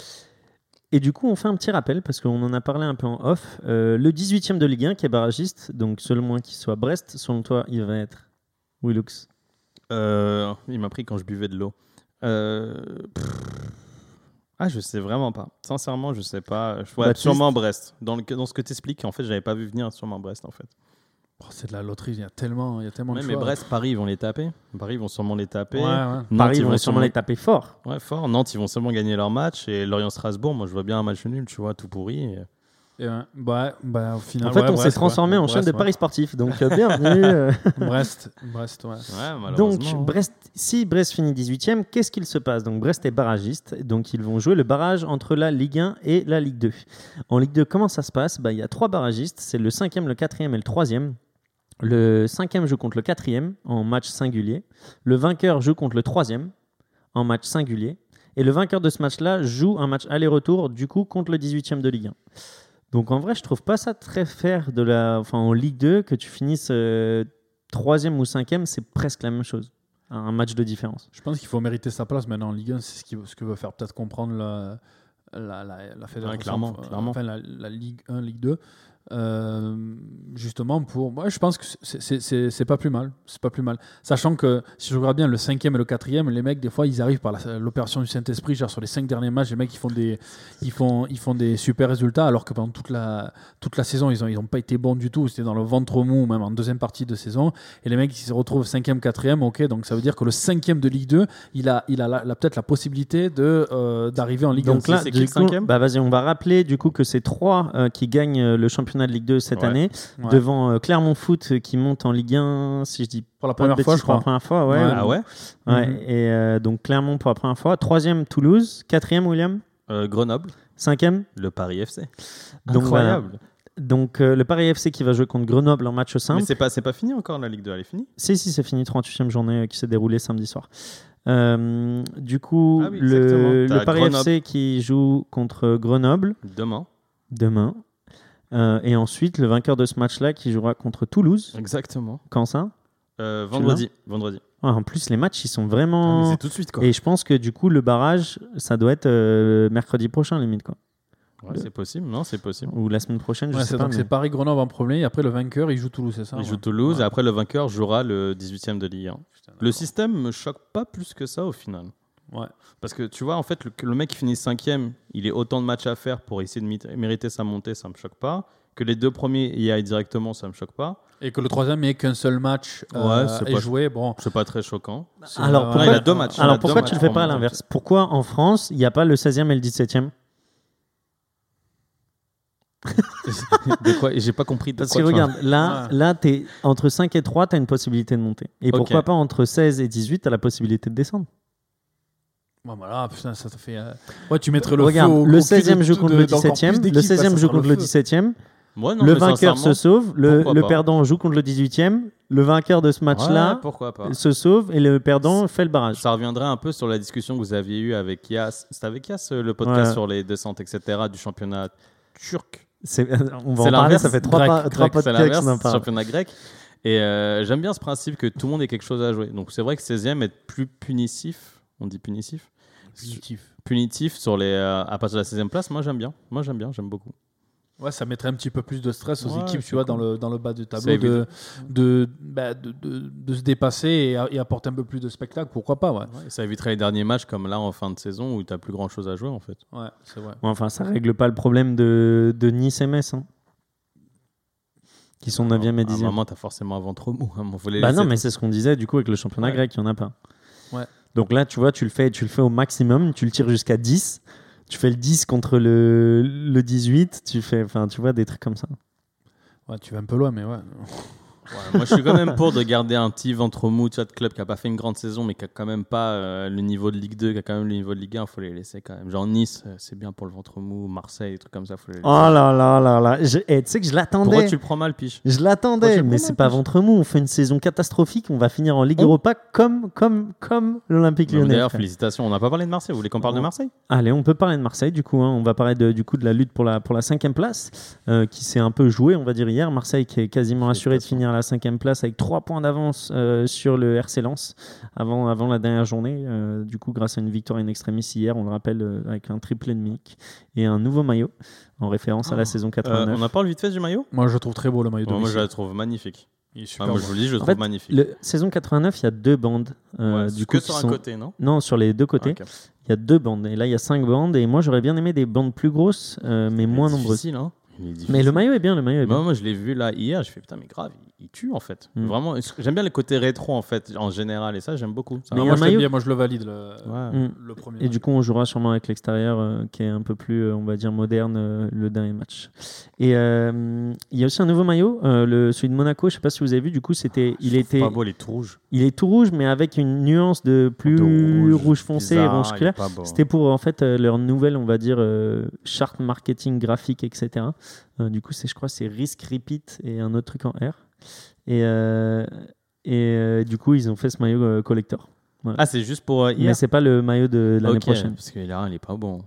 Et du coup, on fait un petit rappel parce qu'on en a parlé un peu en off. Euh, le dix-huitième de Ligue un qui est barragiste, donc selon moi qu'il soit Brest, selon toi, il va être Willux. Euh, il m'a pris quand je buvais de l'eau. Euh, pff. Ah, je sais vraiment pas. Sincèrement, je sais pas. Je vois Baptiste. sûrement Brest. Dans, le, dans ce que tu expliques, en fait, j'avais pas vu venir sûrement Brest, en fait. Oh, c'est de la loterie, il y a tellement, il y a tellement Ouais, de mais choix. Brest, Paris, ils vont les taper. Paris, ils vont sûrement les taper. Ouais, ouais. Nantes, Paris, ils ils vont sûrement les taper fort. Ouais, fort. Nantes, ils vont seulement gagner leur match. Et Lorient-Strasbourg, moi, je vois bien un match nul, tu vois, tout pourri. Et... Et ouais, bah, bah, au final, En fait, ouais, on s'est Brest, transformé ouais. en chaîne Brest, de ouais. paris sportifs. Donc, euh, bienvenue. euh. Brest, Brest, ouais. Ouais, malheureusement. Donc, Brest, si Brest finit dix-huitième, qu'est-ce qu'il se passe? Donc, Brest est barragiste. Donc, ils vont jouer le barrage entre la Ligue un et la Ligue deux. En Ligue deux, comment ça se passe? Bah, il y a trois barragistes. C'est le cinquième, le quatrième et le troisième. Le cinquième joue contre le quatrième en match singulier. Le vainqueur joue contre le troisième en match singulier. Et le vainqueur de ce match-là joue un match aller-retour, du coup, contre le dix-huitième de Ligue un. Donc, en vrai, je trouve pas ça très fair de la... enfin, en Ligue deux, que tu finisses euh, troisième ou cinquième, c'est presque la même chose. Un match de différence. Je pense qu'il faut mériter sa place maintenant en Ligue un. C'est ce, qui, ce que veut faire peut-être comprendre la, la, la, la fédération. Ouais, clairement, euh, clairement. Enfin, la, la Ligue un, Ligue deux. Euh, justement pour moi, je pense que c'est- c'est c'est- c'est pas plus mal. C'est pas plus mal. Sachant que si je regarde bien le cinquième et le quatrième, les mecs, des fois, ils arrivent par la- l'opération du Saint-Esprit. Genre sur les cinq derniers matchs, les mecs, ils font des, ils font, ils font des super résultats, alors que pendant toute la, toute la saison, ils ont, ils ont pas été bons du tout. C'était dans le ventre mou, même en deuxième partie de saison. Et les mecs, ils se retrouvent cinquième, quatrième. Ok, donc ça veut dire que le cinquième de Ligue deux, il a, il a la- la- peut-être la possibilité de euh, d'arriver en Ligue Donc un. là, c'est du qui le coup, cinquième bah vas-y, on va rappeler du coup que c'est trois euh, qui gagnent euh, le championnat de Ligue deux cette Ouais. année, Ouais. devant euh, Clermont Foot euh, qui monte en Ligue un, si je dis pour la pas de première fois, bêtises, je pour la crois. première fois, ouais. Ouais. Ah ouais Ouais, Mhm. Et euh, donc Clermont pour la première fois, troisième Toulouse, quatrième William, Euh, Grenoble, cinquième. le Paris F C. Donc voilà. Incroyable. Donc euh, le Paris F C qui va jouer contre Grenoble en match simple. Mais c'est pas, c'est pas fini encore la Ligue deux, elle est finie. Si, si, c'est fini, trente-huitième journée euh, qui s'est déroulée samedi soir. Euh, du coup, Ah oui, exactement. le, T'as le Paris Grenoble. F C qui joue contre Grenoble Demain. demain. Euh, et ensuite, le vainqueur de ce match-là qui jouera contre Toulouse. Exactement. Quand ça? Euh, vendredi. Vendredi. Ouais, en plus, les matchs, ils sont Ah, mais vraiment... c'est tout de suite quoi. et je pense que du coup, le barrage, ça doit être euh, mercredi prochain, limite, quoi. Ouais, c'est possible. Non, c'est possible. Ou la semaine prochaine, je Ouais, sais c'est pas. donc mais- c'est Paris-Grenoble en premier, et après le vainqueur, il joue Toulouse, c'est ça? Il ouais. joue Toulouse Ouais. et après le vainqueur jouera le dix-huitième de Ligue un. Putain, Le d'accord. système me choque pas plus que ça au final. Ouais. Parce que tu vois, en fait, le, que le mec qui finit cinquième, il ait autant de matchs à faire pour essayer de mi- mériter sa montée, ça me choque pas. Que les deux premiers y aillent directement, ça me choque pas. Et que le troisième n'ait qu'un seul match Ouais, euh, c'est est pas- joué, bon. C'est pas très choquant. c'est- Alors, euh, pourquoi- il a deux matchs. Alors a pourquoi deux tu le matchs, fais pas à trois l'inverse? Pourquoi en France, il n'y a pas le seizième et le dix-septième? De quoi? Et j'ai pas compris de Parce quoi que tu regarde, là, Ouais. là t'es entre cinq et trois, tu as une possibilité de monter. Et Ok. pourquoi pas entre seize et dix-huit, tu as la possibilité de descendre? Bon, voilà, putain, ça te fait. Euh... Ouais, tu mettrais le Regarde, feu au le au cul seizième de- joue de- contre le d'encore dix-septième, plus d'équipes, le bah, seizième ça joue fera contre le feu. dix-septième, Moi, non, le mais vainqueur se sincèrement, sauve, le, pourquoi le pas. perdant joue contre le dix-huitième, le vainqueur de ce match-là Ouais, pourquoi pas. se sauve et le perdant fait le barrage. Ça reviendrait un peu sur la discussion que vous aviez eue avec Yas. C'était avec Yas, euh, le podcast Ouais. sur les descentes, et cetera, du championnat turc. C'est- On va C'est en parler, l'inverse. ça fait trois, Grec, pa- grec, trois C'est podcasts l'inverse, qu'on en parle. championnat grec. Et euh, j'aime bien ce principe que tout le monde ait quelque chose à jouer. Donc c'est vrai que seizième est plus punitif. On dit punitif Punitif. Punitif sur les, euh, à partir de la seizième place. Moi j'aime bien. Moi j'aime bien, j'aime beaucoup. Ouais, ça mettrait un petit peu plus de stress aux Ouais, équipes, c'est tu vois, cool. dans le, dans le bas du C'est tableau, de, évident. de, bah, de, de, de se dépasser et, a- et apporter un peu plus de spectacle, pourquoi pas, ouais. Ouais, ça éviterait les derniers matchs comme là en fin de saison où tu n'as plus grand chose à jouer en fait. Ouais, c'est vrai. Ouais, enfin, ça règle pas le problème de, de Nice et Metz, hein, qui sont neuvième et À un dixième. moment, tu as forcément un ventre mou. hein, faut les Bah laisser non, mais tous. c'est ce qu'on disait du coup avec le championnat Ouais. grec, il n'y en a pas. Ouais. Donc là, tu vois, tu le fais, tu le fais au maximum, tu le tires jusqu'à dix, tu fais le dix contre le, le dix-huit, tu fais, enfin, tu vois, des trucs comme ça. Ouais, tu vas un peu loin, mais ouais. Ouais, moi, je suis quand même pour de garder un petit ventre mou, tu vois, de club qui a pas fait une grande saison, mais qui a quand même pas euh, le niveau de Ligue deux, qui a quand même le niveau de Ligue un. Faut les laisser quand même. Genre Nice, euh, c'est bien pour le ventre mou. Marseille, des trucs comme ça, faut les laisser. Oh là là là là, Je- eh, tu sais que je Pourquoi l'attendais. tu le prends mal, Piche? Je Pourquoi l'attendais, tu le mais prends c'est mal, pas Piche ventre mou. On fait une saison catastrophique. On va finir en Ligue Oh. Europa comme, comme, comme l'Olympique Non, mais Lyonnais. D'ailleurs, frère. félicitations. On n'a pas parlé de Marseille. Vous voulez qu'on parle de Oh. Marseille? Allez, on peut parler de Marseille du coup. hein. On va parler de, du coup de la lutte pour la, pour la cinquième place euh, qui s'est un peu jouée, on va dire, hier. Marseille qui est quasiment assuré de Félicitations. finir à la cinquième place avec trois points d'avance euh, sur le R C Lens avant, avant la dernière journée. Euh, du coup, grâce à une victoire in extremis hier, on le rappelle, euh, avec un triplé de Milik et un nouveau maillot en référence à la Oh. saison Euh, quatre-vingt-neuf. on a parlé vite fait du maillot? Moi, je le trouve très beau, le maillot de Ouais, Moi, Messi. je la trouve magnifique. Il est Ah, super moi, beau. je vous le dis, je le En trouve fait, magnifique. Le, saison quatre-vingt-neuf, il y a deux bandes. euh, Ouais, du que coup, sur qui un sont- côté, non? Non, sur les deux côtés. Ah, ok. Il y a deux bandes. Et là, il y a cinq bandes. Et moi, j'aurais bien aimé des bandes plus grosses, euh, mais Il est moins nombreuses. difficile, hein. Il est difficile. Mais le maillot est bien, le maillot est bien. Moi, moi, je l'ai vu là hier, je fais putain, mais grave, il, il tue en fait. Mm. Vraiment, j'aime bien les côtés rétro en fait, en général, et ça, j'aime beaucoup. Ça Mais Ah, il y a moi, un je l'aime maillot- bien, moi, je le valide, le, Ouais. Mm. le premier. Et match. du coup, on jouera sûrement avec l'extérieur, euh, qui est un peu plus, euh, on va dire, moderne, euh, le dernier match. Et euh, il y a aussi un nouveau maillot, euh, le, celui de Monaco. Je sais pas si vous avez vu. Du coup, c'était, il Je trouve était, pas beau, il est tout rouge. il est tout rouge, mais avec une nuance de plus De rouge, foncé et bizarre, rouge il est clair. pas beau. C'était pour en fait euh, leur nouvelle, on va dire, euh, charte marketing graphique, et cetera. Euh, du coup, c'est, je crois, c'est Risk Repeat et un autre truc en R. Et, euh, et euh, du coup, ils ont fait ce maillot euh, collector. Ah, c'est juste pour euh, hier. Mais c'est pas le maillot de l'année Ok, prochaine, parce que là, il est pas bon.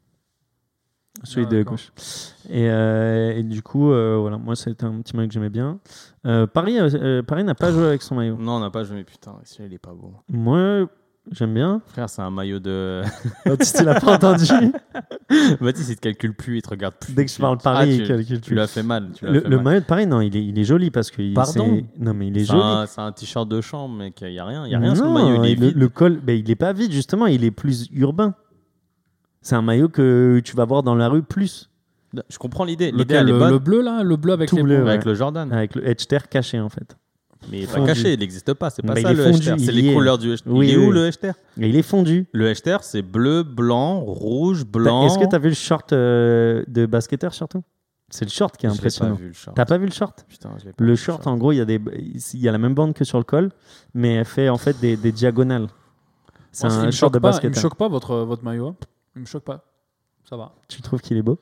celui Ah, de d'accord. gauche. Et, euh, et du coup, euh, voilà, moi, c'était un petit maillot que j'aimais bien. Euh, Paris, euh, euh, Paris n'a pas joué avec son maillot. Non, on n'a pas joué, putain, celui-là, il est pas beau. Moi, j'aime bien. Frère, c'est un maillot de. Baptiste, il a pas entendu. Baptiste, il te calcule plus, il te regarde plus. Dès que je parle Ah, Paris, tu- il calcule Tu plus. l'as fait mal. Tu l'as Le, fait le mal. maillot de Paris, non, il est, il est joli parce que. il- Pardon c'est- Non, mais il est C'est joli. un, c'est un t-shirt de chambre, mec. Il n'y a rien. Il y a rien sur le Non, maillot. Il est le, vide. le col, ben, il est pas vide, justement, il est plus urbain. C'est un maillot que tu vas voir dans la rue plus. Je comprends l'idée. L'idée, Lequel, elle est le, bonne. le bleu, là, le bleu avec Tout les bleu, points. ouais. Avec le Jordan. Avec le H T R caché, en fait. Mais il est pas Fondu. caché, il n'existe pas. C'est pas Bah, ça il le est fondu, H T R. C'est il y les est. couleurs du H T R. Oui, il est oui. où le H T R? Et il est fondu. Le H T R, c'est bleu, blanc, rouge, T'as- blanc. Est-ce que tu as vu le short euh, de basketteur surtout? C'est le short qui est Je l'ai impressionnant. pas vu le short. T'as pas vu le short? Putain, je l'ai pas Le vu, short, en gros, il y, a des, il y a la même bande que sur le col, mais elle fait en fait des, des diagonales. C'est Moi, il un me short de choque pas, il me basketteur. choque pas votre, votre maillot. hein. Il me choque pas. Ça va. Tu trouves qu'il est beau?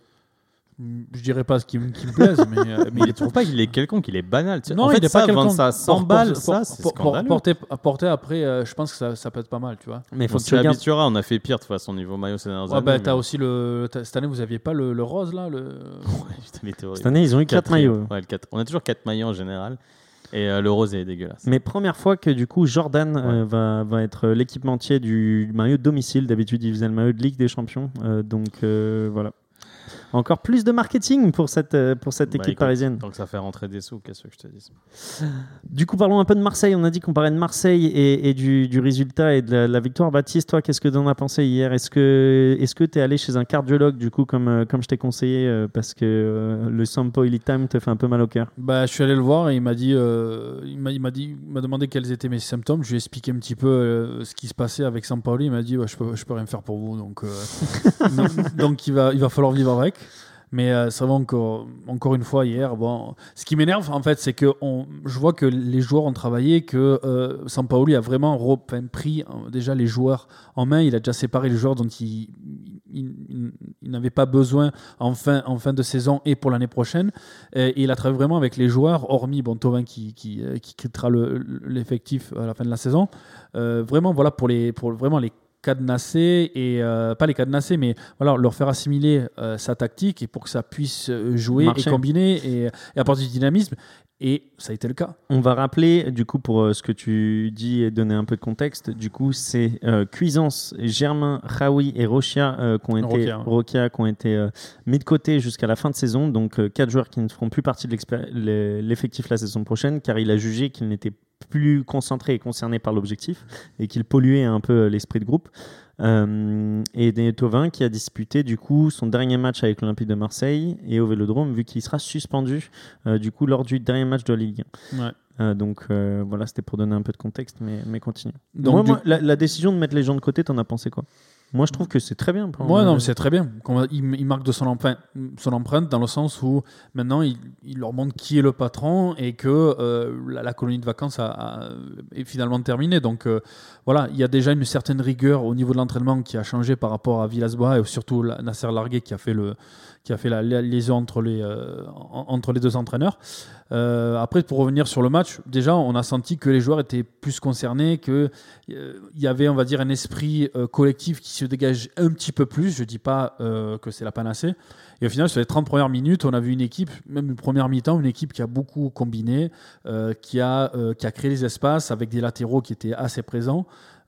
Je dirais pas ce qui, me- qui me plaise, mais, euh, mais Mais il trouve pas qu'il est quelconque, il est banal. Tu sais. Non, en il fait, est ça, pas quelconque. vendre ça à cent Pour- balles, pour- ça, pour- c'est pour- pour- scandaleux. porter, porter après, euh, je pense que ça, ça peut être pas mal, tu vois. Mais il faut On que tu s'y regardes. habituera, on a fait pire de toute façon niveau maillot ces dernières Ouais, années. bah, mais- t'as aussi le. t'as- Cette année, vous aviez pas le, le rose là, le. Ouais, putain, il était horrible. Cette année, ils ont eu quatre Quatrième. maillots. Ouais, le quatre. On a toujours quatre maillots en général. Et euh, le rose est dégueulasse. Mais première fois que du coup Jordan euh, va, va être l'équipementier du maillot de domicile. D'habitude, il faisait le maillot de Ligue des Champions. Euh, donc euh, voilà. Encore plus de marketing pour cette, euh, pour cette Bah, équipe écoute, parisienne. Donc ça fait rentrer des sous, qu'est-ce que je te dis. Du coup, parlons un peu de Marseille. On a dit qu'on parlait de Marseille et, et du, du résultat et de la, de la victoire. Baptiste, toi, qu'est-ce que tu en as pensé hier? Est-ce que est-ce que tu es allé chez un cardiologue, du coup, comme, euh, comme je t'ai conseillé, euh, parce que euh, le Sampo Elite Time te fait un peu mal au cœur? Bah, je suis allé le voir et il m'a dit, euh, il m'a, il m'a dit, il m'a demandé quels étaient mes symptômes. Je lui ai expliqué un petit peu euh, ce qui se passait avec Sampaoli. Il m'a dit, bah, je peux, je peux rien faire pour vous, donc, euh, donc, donc il va, il va falloir vivre avec. Mais euh, c'est vraiment encore, encore une fois hier. Bon, ce qui m'énerve en fait, c'est que on, je vois que les joueurs ont travaillé, que euh, Sampaoli a vraiment re, enfin, pris euh, déjà les joueurs en main. Il a déjà séparé les joueurs dont il, il, il, il n'avait pas besoin en fin, en fin de saison et pour l'année prochaine. Et, et il a travaillé vraiment avec les joueurs, hormis bon, Thauvin qui, qui, qui quittera le, l'effectif à la fin de la saison. Euh, vraiment, voilà pour les, pour vraiment les cadenasser et euh, pas les cadenasser mais voilà leur faire assimiler euh, sa tactique et pour que ça puisse jouer Marcher. et combiner et, et apporter du dynamisme, et ça a été le cas. On va rappeler du coup pour euh, ce que tu dis et donner un peu de contexte, du coup c'est euh, Cuisance, Germain, Raoui et Rochia euh, qui ont été, Rochia, ouais. Rochia, qui ont été euh, mis de côté jusqu'à la fin de saison, donc euh, quatre joueurs qui ne feront plus partie de l'effectif la saison prochaine car il a jugé qu'ils n'étaient plus concentré et concerné par l'objectif et qu'il polluait un peu l'esprit de groupe. Euh, et Thauvin qui a disputé du coup son dernier match avec l'Olympique de Marseille et au Vélodrome, vu qu'il sera suspendu euh, du coup lors du dernier match de la Ligue un. Ouais. Euh, donc euh, voilà, c'était pour donner un peu de contexte, mais, mais continue. Donc, moi, du... moi, la, la décision de mettre les gens de côté, t'en as pensé quoi? Moi, je trouve que c'est très bien. Pour Moi, moi, non, c'est très bien. Il, il marque de son empreinte, son empreinte dans le sens où maintenant, il, il leur montre qui est le patron et que euh, la, la colonie de vacances a, a, est finalement terminée. Donc euh, voilà, il y a déjà une certaine rigueur au niveau de l'entraînement qui a changé par rapport à Villas-Boas et surtout la, Nasser Largué qui a fait le qui a fait la, la liaison entre les, euh, entre les deux entraîneurs. Euh, après, pour revenir sur le match, déjà, on a senti que les joueurs étaient plus concernés, qu'il euh, y avait, on va dire, un esprit euh, collectif qui se dégage un petit peu plus. Je ne dis pas euh, que c'est la panacée. Et au final, sur les trente premières minutes, on a vu une équipe, même une première mi-temps, une équipe qui a beaucoup combiné, euh, qui, a, euh, qui a créé les espaces avec des latéraux qui étaient assez présents.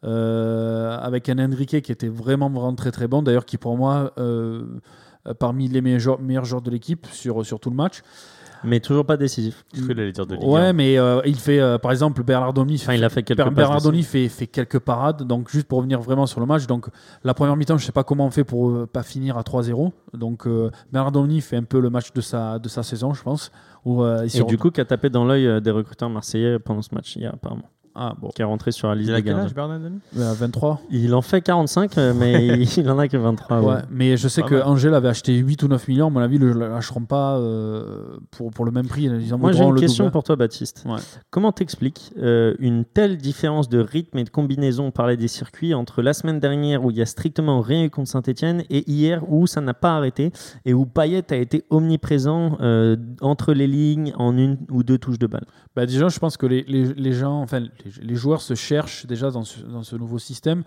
Euh, avec un Enrique qui était vraiment, vraiment très très bon, d'ailleurs qui pour moi euh, parmi les meilleurs, meilleurs joueurs de l'équipe sur, sur tout le match. Mais toujours pas décisif. Je fais la leader de Ligue ouais, un. mais euh, il fait euh, par exemple Bernardoni. Enfin, il a fait quelques Ber- Bernardoni fait, fait quelques parades. Donc juste pour revenir vraiment sur le match, donc la première mi-temps, je sais pas comment on fait pour euh, pas finir à trois zéro. Donc euh, Bernardoni fait un peu le match de sa de sa saison, je pense. Où, euh, il Et du coup, qui a tapé dans l'œil des recruteurs marseillais pendant ce match hier, apparemment. Ah, bon. Qui est rentré sur la liste Il a des quel gardiens. âge, Bernardoni ? À vingt-trois. Il en fait quarante-cinq, mais il en a que vingt-trois. Ouais, Ouais. mais je sais Pas que mal. Angers avait acheté huit ou neuf millions. À mon avis, ils ne le lâcheront pas euh, pour, pour le même prix. Ils en Moi, j'ai voudront une le question double. pour toi, Baptiste. Ouais. Comment t'expliques euh, une telle différence de rythme et de combinaison, on parlait des circuits, entre la semaine dernière où il y a strictement rien eu contre Saint-Etienne et hier où ça n'a pas arrêté et où Payet a été omniprésent euh, entre les lignes en une ou deux touches de balle? Bah déjà, je pense que les, les, les gens, enfin les, les joueurs se cherchent déjà dans ce, dans ce nouveau système.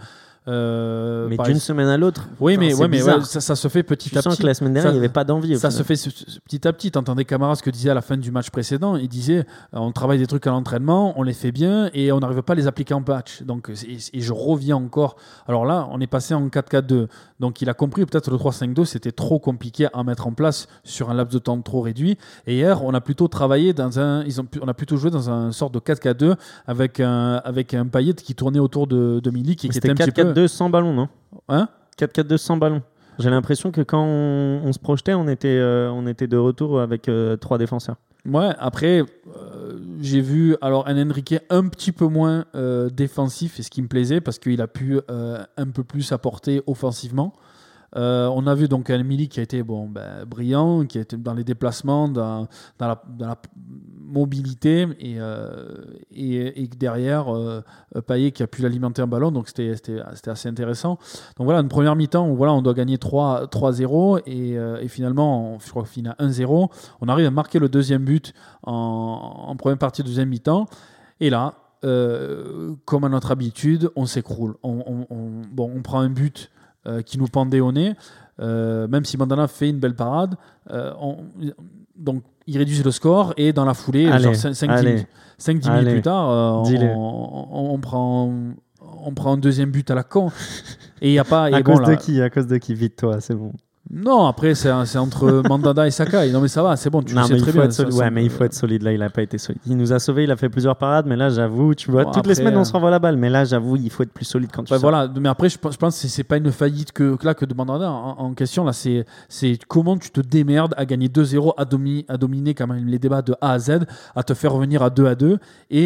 Euh, Mais par d'une exemple- semaine à l'autre. Oui, Enfin, mais, c'est ouais, mais bizarre. ouais, ça, ça se fait petit Tu à sens petit. que la semaine dernière, Ça- il n'y avait pas d'envie. au Ça final. se fait ce- ce- petit à petit. T'entendais Camara ce que disait à la fin du match précédent. Il disait euh, on travaille des trucs à l'entraînement, on les fait bien et on n'arrive pas à les appliquer en patch. Donc, et, et je reviens encore. Alors là, on est passé en quatre quatre deux. Donc il a compris peut-être le trois cinq deux, c'était trop compliqué à mettre en place sur un laps de temps trop réduit. Et hier, on a plutôt travaillé dans un. Ils ont, pu- on a plutôt joué dans un sorte de quatre quatre deux avec un, avec un Payet qui tournait autour de, de Milik et qui était C'était un petit quatre quatre peu. deux sans ballon, non? Hein quatre quatre deux sans ballon. J'ai l'impression que quand on, on se projetait, on était, euh, on était de retour avec euh, trois défenseurs. Ouais, après, euh, j'ai vu alors un Enrique un petit peu moins euh, défensif, et ce qui me plaisait parce qu'il a pu euh, un peu plus apporter offensivement. Euh, on a vu donc un Milik qui a été bon, ben, brillant, qui a été dans les déplacements, dans, dans, la, dans la mobilité et, euh, et, et derrière euh, Payet qui a pu l'alimenter un ballon, donc c'était, c'était, c'était assez intéressant. Donc voilà, une première mi-temps où voilà, on doit gagner trois zéro et, euh, et finalement, on, je crois qu'on finit à un zéro. On arrive à marquer le deuxième but en, en première partie de deuxième mi-temps et là, euh, comme à notre habitude, on s'écroule. On, on, on, bon, on prend un but euh, qui nous pendait au nez, euh, même si Mandanda fait une belle parade. Euh, on, donc, il réduit le score et dans la foulée, Allez, genre cinq allez. dix Allez. minutes plus tard, euh, Dis-le. on, on, on prend, on prend un deuxième but à la con. Et il y a pas. À et cause bon, de là- qui? À cause de qui? Vite, toi, c'est bon. Non, après, c'est, c'est entre Mandanda et Sakai. Non, mais ça va, c'est bon, tu Non, le sais mais il très faut bien. être solide. ça Ouais, semble- mais il faut être solide. Là, il n'a pas été solide. Il nous a sauvés, il a fait plusieurs parades, mais là, j'avoue, tu vois, Bon, toutes les après, semaines, on euh, se renvoie la balle. Mais là, j'avoue, il faut être plus solide quand tu Ouais, sors. voilà, mais après, je pense, je pense que c'est, c'est pas une faillite que, que là que de Mandanda en, en question. Là, c'est, c'est comment tu te démerdes à gagner deux zéro, à, domi- à dominer quand même les débats de A à Z, à te faire revenir à deux à deux et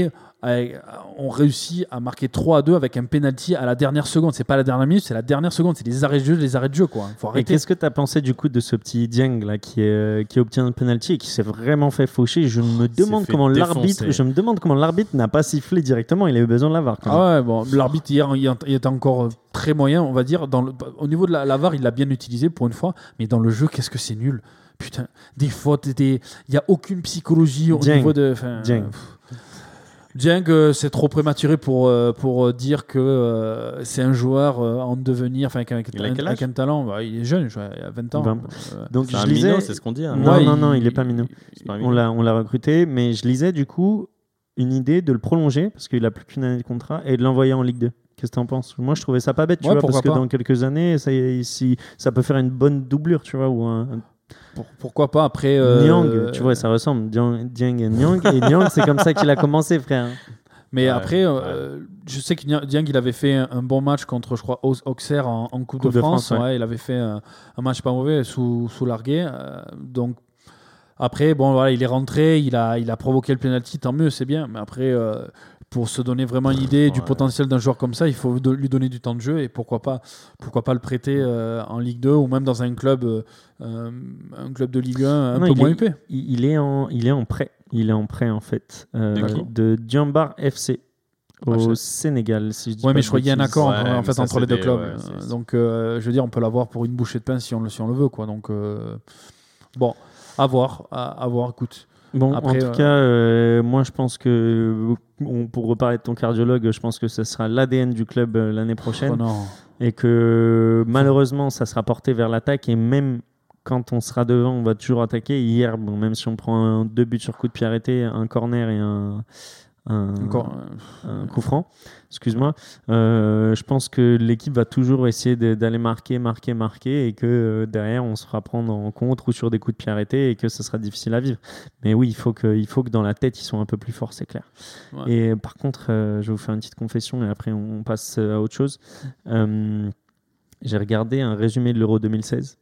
avec, ont réussi à marquer trois à deux avec un penalty à la dernière seconde. C'est pas la dernière minute, c'est la dernière seconde. C'est les arrêts de jeu, les arrêts de jeu, quoi. Faut Et arrêter. qu'est-ce que tu as pensé du coup de ce petit Dieng là qui, est, qui obtient un penalty et qui s'est vraiment fait faucher? Je me demande fait comment défoncer. l'arbitre, je me demande comment l'arbitre n'a pas sifflé directement. Il a eu besoin de la V A R. Quand même. Ah ouais, bon, l'arbitre hier, il il était encore très moyen, on va dire. Dans le, au niveau de la, la V A R, il l'a bien utilisé pour une fois, mais dans le jeu, qu'est-ce que c'est nul. Putain, des fautes, des... il n'y a aucune psychologie au Dieng. niveau de. Enfin, Dieng. euh, Dieng, euh, c'est trop prématuré pour, euh, pour euh, dire que euh, c'est un joueur euh, en devenir, enfin, avec, Il a un, quel avec âge un talent. Bah, il est jeune, je vois, il a vingt ans. vingt. Euh, Donc C'est je un lisais. minot, c'est ce qu'on dit. hein. Non, ouais, non, non, il est pas minot. C'est pas un On minot. l'a, on l'a recruté, mais je lisais du coup une idée de le prolonger parce qu'il a plus qu'une année de contrat et de l'envoyer en Ligue deux. Qu'est-ce que t'en penses? Moi, je trouvais ça pas bête, tu Ouais, vois, parce pourquoi que pas. dans quelques années, ça, si, ça peut faire une bonne doublure, tu vois, ou un, un pour- pourquoi pas après. euh, Niang, tu vois, ça ressemble. Dieng Dieng et Niang, et Niang, c'est comme ça qu'il a commencé, frère. Mais Ouais, après, euh, je sais que Nia- Dieng, il avait fait un, un bon match contre, je crois, Aux- Auxerre en, en Coupe, de, France. ouais. Ouais, il avait fait un, un match pas mauvais sous, sous Larguet. euh, donc, après, bon, voilà, il est rentré, il a, il a provoqué le penalty, tant mieux, c'est bien. Mais après, euh, pour se donner vraiment une idée du Ouais. potentiel d'un joueur comme ça, il faut do- lui donner du temps de jeu et pourquoi pas, pourquoi pas le prêter euh, en Ligue deux ou même dans un club, euh, euh, un club de Ligue un un Non, peu il moins est- épais. Il, il est en, il est en prêt. Il est en prêt, en fait. euh, De qui de Diambar F C au Ouais, je- Sénégal, si je dis Ouais, pas mais de je crois qu'il y a un bêtises. accord Ouais, entre, en mais fait, ça, entre c'est les deux des- clubs. ouais, Euh, c'est- Donc, euh, je veux dire, on peut l'avoir pour une bouchée de pain si on le, si on le veut. Quoi. Donc, euh, bon, à voir. À, à voir, écoute. Bon, Après, en tout euh, cas, euh, moi, je pense que, on- pour reparler de ton cardiologue, je pense que ce sera l'A D N du club euh, l'année prochaine. Oh non. Et que malheureusement, ça sera porté vers l'attaque. Et même quand on sera devant, on va toujours attaquer. Hier, bon, même si on prend un, deux buts sur coup de pied arrêté, un corner et un, un, Encore, un coup franc, excuse-moi, euh, je pense que l'équipe va toujours essayer de- d'aller marquer, marquer, marquer et que euh, derrière, on se fera prendre en contre ou sur des coups de pied arrêtés et que ce sera difficile à vivre. Mais oui, il faut que, il faut que dans la tête, ils soient un peu plus forts, c'est clair. Ouais. Et par contre, euh, je vais vous faire une petite confession et après, on passe à autre chose. Euh, j'ai regardé un résumé de l'Euro deux mille seize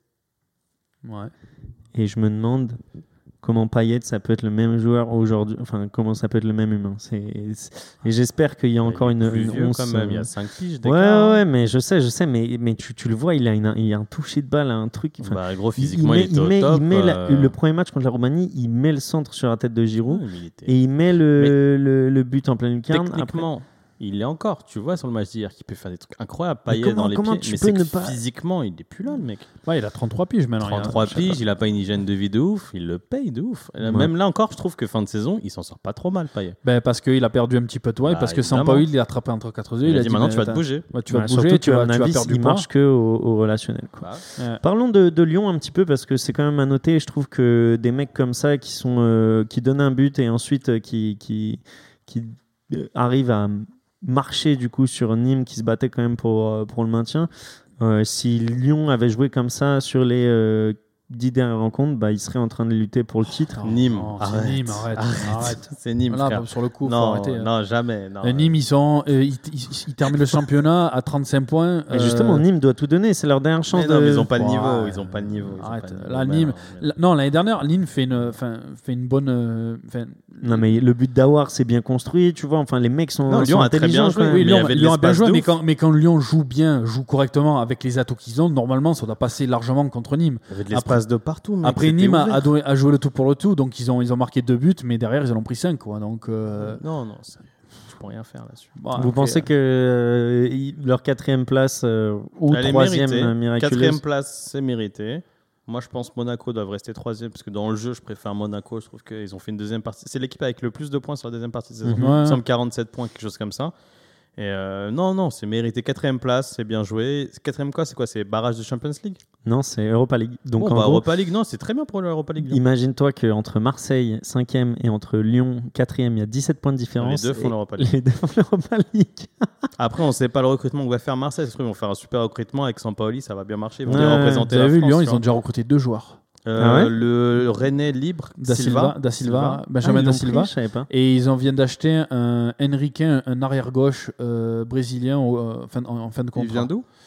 ouais. et je me demande comment Payet ça peut être le même joueur aujourd'hui, enfin comment ça peut être le même humain. C'est, c'est- et j'espère qu'il y a encore Il est une, plus une vieux once, quand même, il y euh, a cinq piges Ouais, d'écart. ouais, ouais, mais je sais, je sais, mais, mais tu, tu le vois, il a, une, il a un toucher de balle, un truc. enfin, Bah, gros, il- physiquement, il, il, met, était il au met, top. il met la- euh, le premier match contre la Roumanie, il met le centre sur la tête de Giroud ouais, mais il était- et il met le, le, le but en pleine lucarne. Après, Techniquement, il est encore, tu vois, sur le match d'hier, qui peut faire des trucs incroyables. Mais Payet comment- dans les comment pieds. tu Mais peux c'est ne que pas- physiquement, il est plus là, le mec. Ouais, il a trente-trois piges maintenant. il a- trente-trois je sais piges, pas. il a pas une hygiène de vie de ouf, il le paye de ouf. Ouais. Même là encore, je trouve que fin de saison, il s'en sort pas trop mal, Payet. Ben, parce qu'il a perdu un petit peu de poids, Bah, parce que évidemment. Sampaoli, il l'a attrapé entre quatre yeux. Il, a dit maintenant, mais tu vas te t'as- bouger. ouais, tu vas ouais, te bouger, surtout tu que, vas, à mon tu vas avis, perdre du il poids. marche que au, au relationnel. Quoi. Bah, Ouais. Parlons de, de Lyon un petit peu parce que c'est quand même à noter. Je trouve que des mecs comme ça qui sont euh, qui donnent un but et ensuite euh, qui qui qui euh, arrivent à marcher du coup sur Nîmes qui se battait quand même pour euh, pour le maintien. Euh, si Lyon avait joué comme ça sur les euh, dix dernières rencontres, bah, il serait en train de lutter pour le titre. Non, Nîmes, non, c'est arrête. Nîmes, arrête. arrête. C'est Nîmes, Là, frère. sur le coup, faut Non, arrêter. hein. non, jamais. Non. Euh, Nîmes, ils, sont, euh, ils, ils- ils terminent le championnat à trente-cinq points. Mais justement, euh, Nîmes doit tout donner. C'est leur dernière chance Mais non, de. mais ils ont pas le Ouais, niveau. Ils ont pas le niveau. ils ont arrête. pas le niveau. Là, Bah Nîmes- non, mais- la- non, l'année dernière, Nîmes fait une, enfin, fait une bonne. euh, enfin, Non, mais le but d'Awar, c'est bien construit, tu vois. Enfin, les mecs sont, Non, sont Lyon a très bien intelligents. joué, quand même. oui, mais il y Lyon, avait de Lyon a bien l'espace joué, de mais ouf. quand, mais quand Lyon joue bien, joue correctement avec les atouts qu'ils ont, normalement, ça doit passer largement contre Nîmes. Il y avait de l'espace de partout. mec, Après, c'était Nîmes a, ouvert. a donné- a joué le tout pour le tout, donc ils ont, ils ont marqué deux buts, mais derrière, ils en ont pris cinq. Quoi, donc, euh, Non, non, c'est- je peux rien faire là-dessus. bon, Vous après, pensez que euh, ils- leur quatrième place euh, ou Elle est troisième méritée. euh, miraculeuse Quatrième place, c'est mérité. Moi, je pense que Monaco doivent rester troisième parce que dans le jeu, je préfère Monaco. Je trouve qu'ils ont fait une deuxième partie. C'est l'équipe avec le plus de points sur la deuxième partie de saison. Mhm. Ouais. Il me semble quarante-sept points, quelque chose comme ça. Et euh, non, non, c'est mérité. Quatrième place, c'est bien joué. Quatrième quoi, c'est quoi? C'est barrage de Champions League. Non, c'est Europa League. Donc, Bon, en bah, gros, Europa League, non, c'est très bien pour l'Europa League. Lyon. imagine-toi qu'entre Marseille, cinquième, et entre Lyon, quatrième, il y a dix-sept points de différence. Les deux font et- l'Europa League. Les deux font l'Europa League. Après, on ne sait pas le recrutement que va faire Marseille. Ça se trouve, ils vont faire un super recrutement avec Sampaoli, ça va bien marcher. Ils vont Ouais, bien ouais. représenter vous la avez vu, France. Lyon, tu ils vois. ont déjà recruté deux joueurs. Euh, Ah ouais le Rennais libre, Da Silva, Da Silva, Ah, Benjamin ils Da l'ont Silva. pris, je savais pas. Et ils en viennent d'acheter un Henrique, un, un arrière-gauche euh, brésilien au- euh, fin- en, en fin de Il contrat. vient d'où?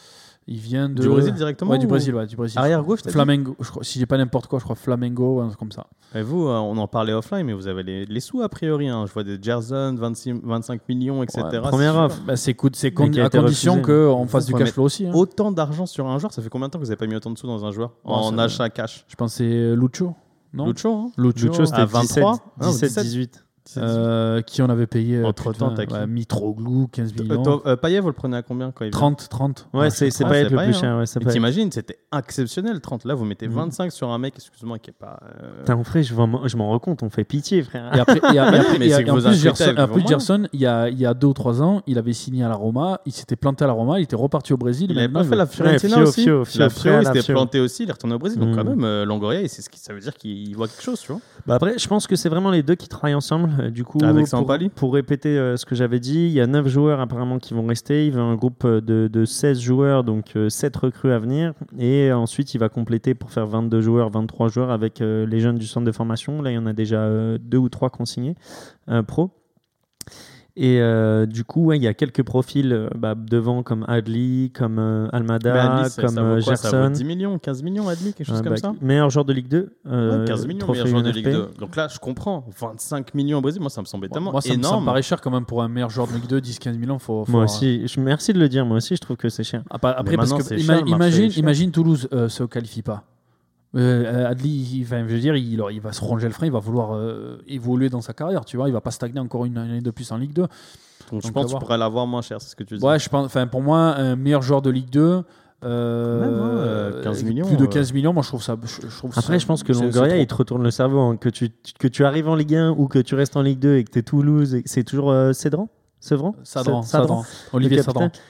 Il vient de... Du Brésil directement Ouais, du ou- Brésil, ouais, du Brésil. Arrière gauche, t'as dit Flamengo, je crois, si j'ai pas n'importe quoi, je crois Flamengo, un truc comme ça. Et vous, euh, on en parlait offline, mais vous avez les, les sous a priori. Hein. Je vois des Gerson, vingt-six, vingt-cinq millions, et cetera. Ouais, première C'est offre. super. Bah, c'est coûte- c'est con- qui a à été condition refusé. qu'on fasse du Ouais, cash mais flow aussi. hein. Autant d'argent sur un joueur, ça fait combien de temps que vous n'avez pas mis autant de sous dans un joueur Ouais, en ça va. achat cash? Je pensais Lucho, non Lucho, hein Lucho, Lucho, c'était à vingt-trois, dix-sept, non, dix-sept, dix-huit. euh, qui on avait payé euh, Entre-temps, plus de vingt, t'as qui ouais, Mitroglou, quinze Euh, millions. toi, euh, Payet, vous le prenez à combien quand il vient trente, trente. Ouais, c'est c'est Ah, pas c'est être le pas plus rien, cher. Ouais, c'est Et pas t'imagines, c'était exceptionnel, trente. Là, vous mettez Mhm. vingt-cinq sur un mec, excuse-moi, qui est pas. euh, Putain, en vrai, je m'en je m'en rends compte, on fait pitié, frère. Et après, et, et après- Mais et- c'est et que en vos plus, insultes Gerson, avec en vos plus, moyens. Gerson, il y a, il y a deux ou trois ans, il avait signé à la Roma, il s'était planté à la Roma, il était reparti au Brésil. Il avait maintenant, pas fait la Ouais, Fiorentina Fio, aussi. Fio, Fio, La frère, Fio, il la s'était Fio. planté aussi, il est retourné au Brésil. Donc, Mhm. quand même, euh, Longoria, c'est ce qui, ça veut dire qu'il voit quelque chose, tu vois. Bah après, je pense que c'est vraiment les deux qui travaillent ensemble. Euh, Du coup, Avec pour, Sampaoli pour répéter euh, ce que j'avais dit, il y a neuf joueurs apparemment qui vont rester. Il veut un groupe euh, de, de seize joueurs, donc euh, sept recrues à venir. Et ensuite, il va compléter pour faire vingt-deux joueurs, vingt-trois joueurs avec euh, les jeunes du centre de formation. Là, il y en a déjà euh, deux ou trois consignés euh, pro. Et euh, du coup, ouais, il y a quelques profils euh, bah, devant comme Adli, comme euh, Almada, Mais Adli, ça- comme ça vaut euh, quoi, ça vaut Gerson. dix millions, quinze millions, Adli, quelque chose Euh, comme bah, ça. meilleur joueur de Ligue deux. euh, Ouais, quinze millions, trophée meilleur joueur de U N F P. Ligue deux. Donc là, je comprends. vingt-cinq millions au Brésil, moi, ça me semblait tellement Moi, ça, me- ça me énorme. paraît cher quand même pour un meilleur joueur de Ligue deux, dix quinze millions. Faut, faut Moi avoir- aussi, je, merci de le dire. Moi aussi, je trouve que c'est cher. Ah, pas- Après, parce maintenant, que c'est ima- cher, le marché imagine, est cher. imagine Toulouse euh, se qualifie pas. Euh, Adli, il, enfin, je veux dire, il, il va se ronger le frein, il va vouloir euh, évoluer dans sa carrière, tu vois, il va pas stagner encore une année de plus en Ligue deux. Donc, je Donc, pense à que tu voir. pourrais l'avoir moins cher, c'est ce que tu dis. Ouais, je pense, enfin, pour moi, un meilleur joueur de Ligue deux, euh, Même, hein, euh, quinze millions, plus de euh. quinze millions, moi je trouve ça. Je, je trouve Après, ça- je pense que c'est- c'est Longoria, trop. il te retourne le cerveau. hein. Que, tu, que tu arrives en Ligue un ou que tu restes en Ligue deux et que tu es Toulouse, et- c'est toujours euh, Cédran Sevran Sadran, Sa- Sadran. Sadran. Olivier Le Sadran. capitaine.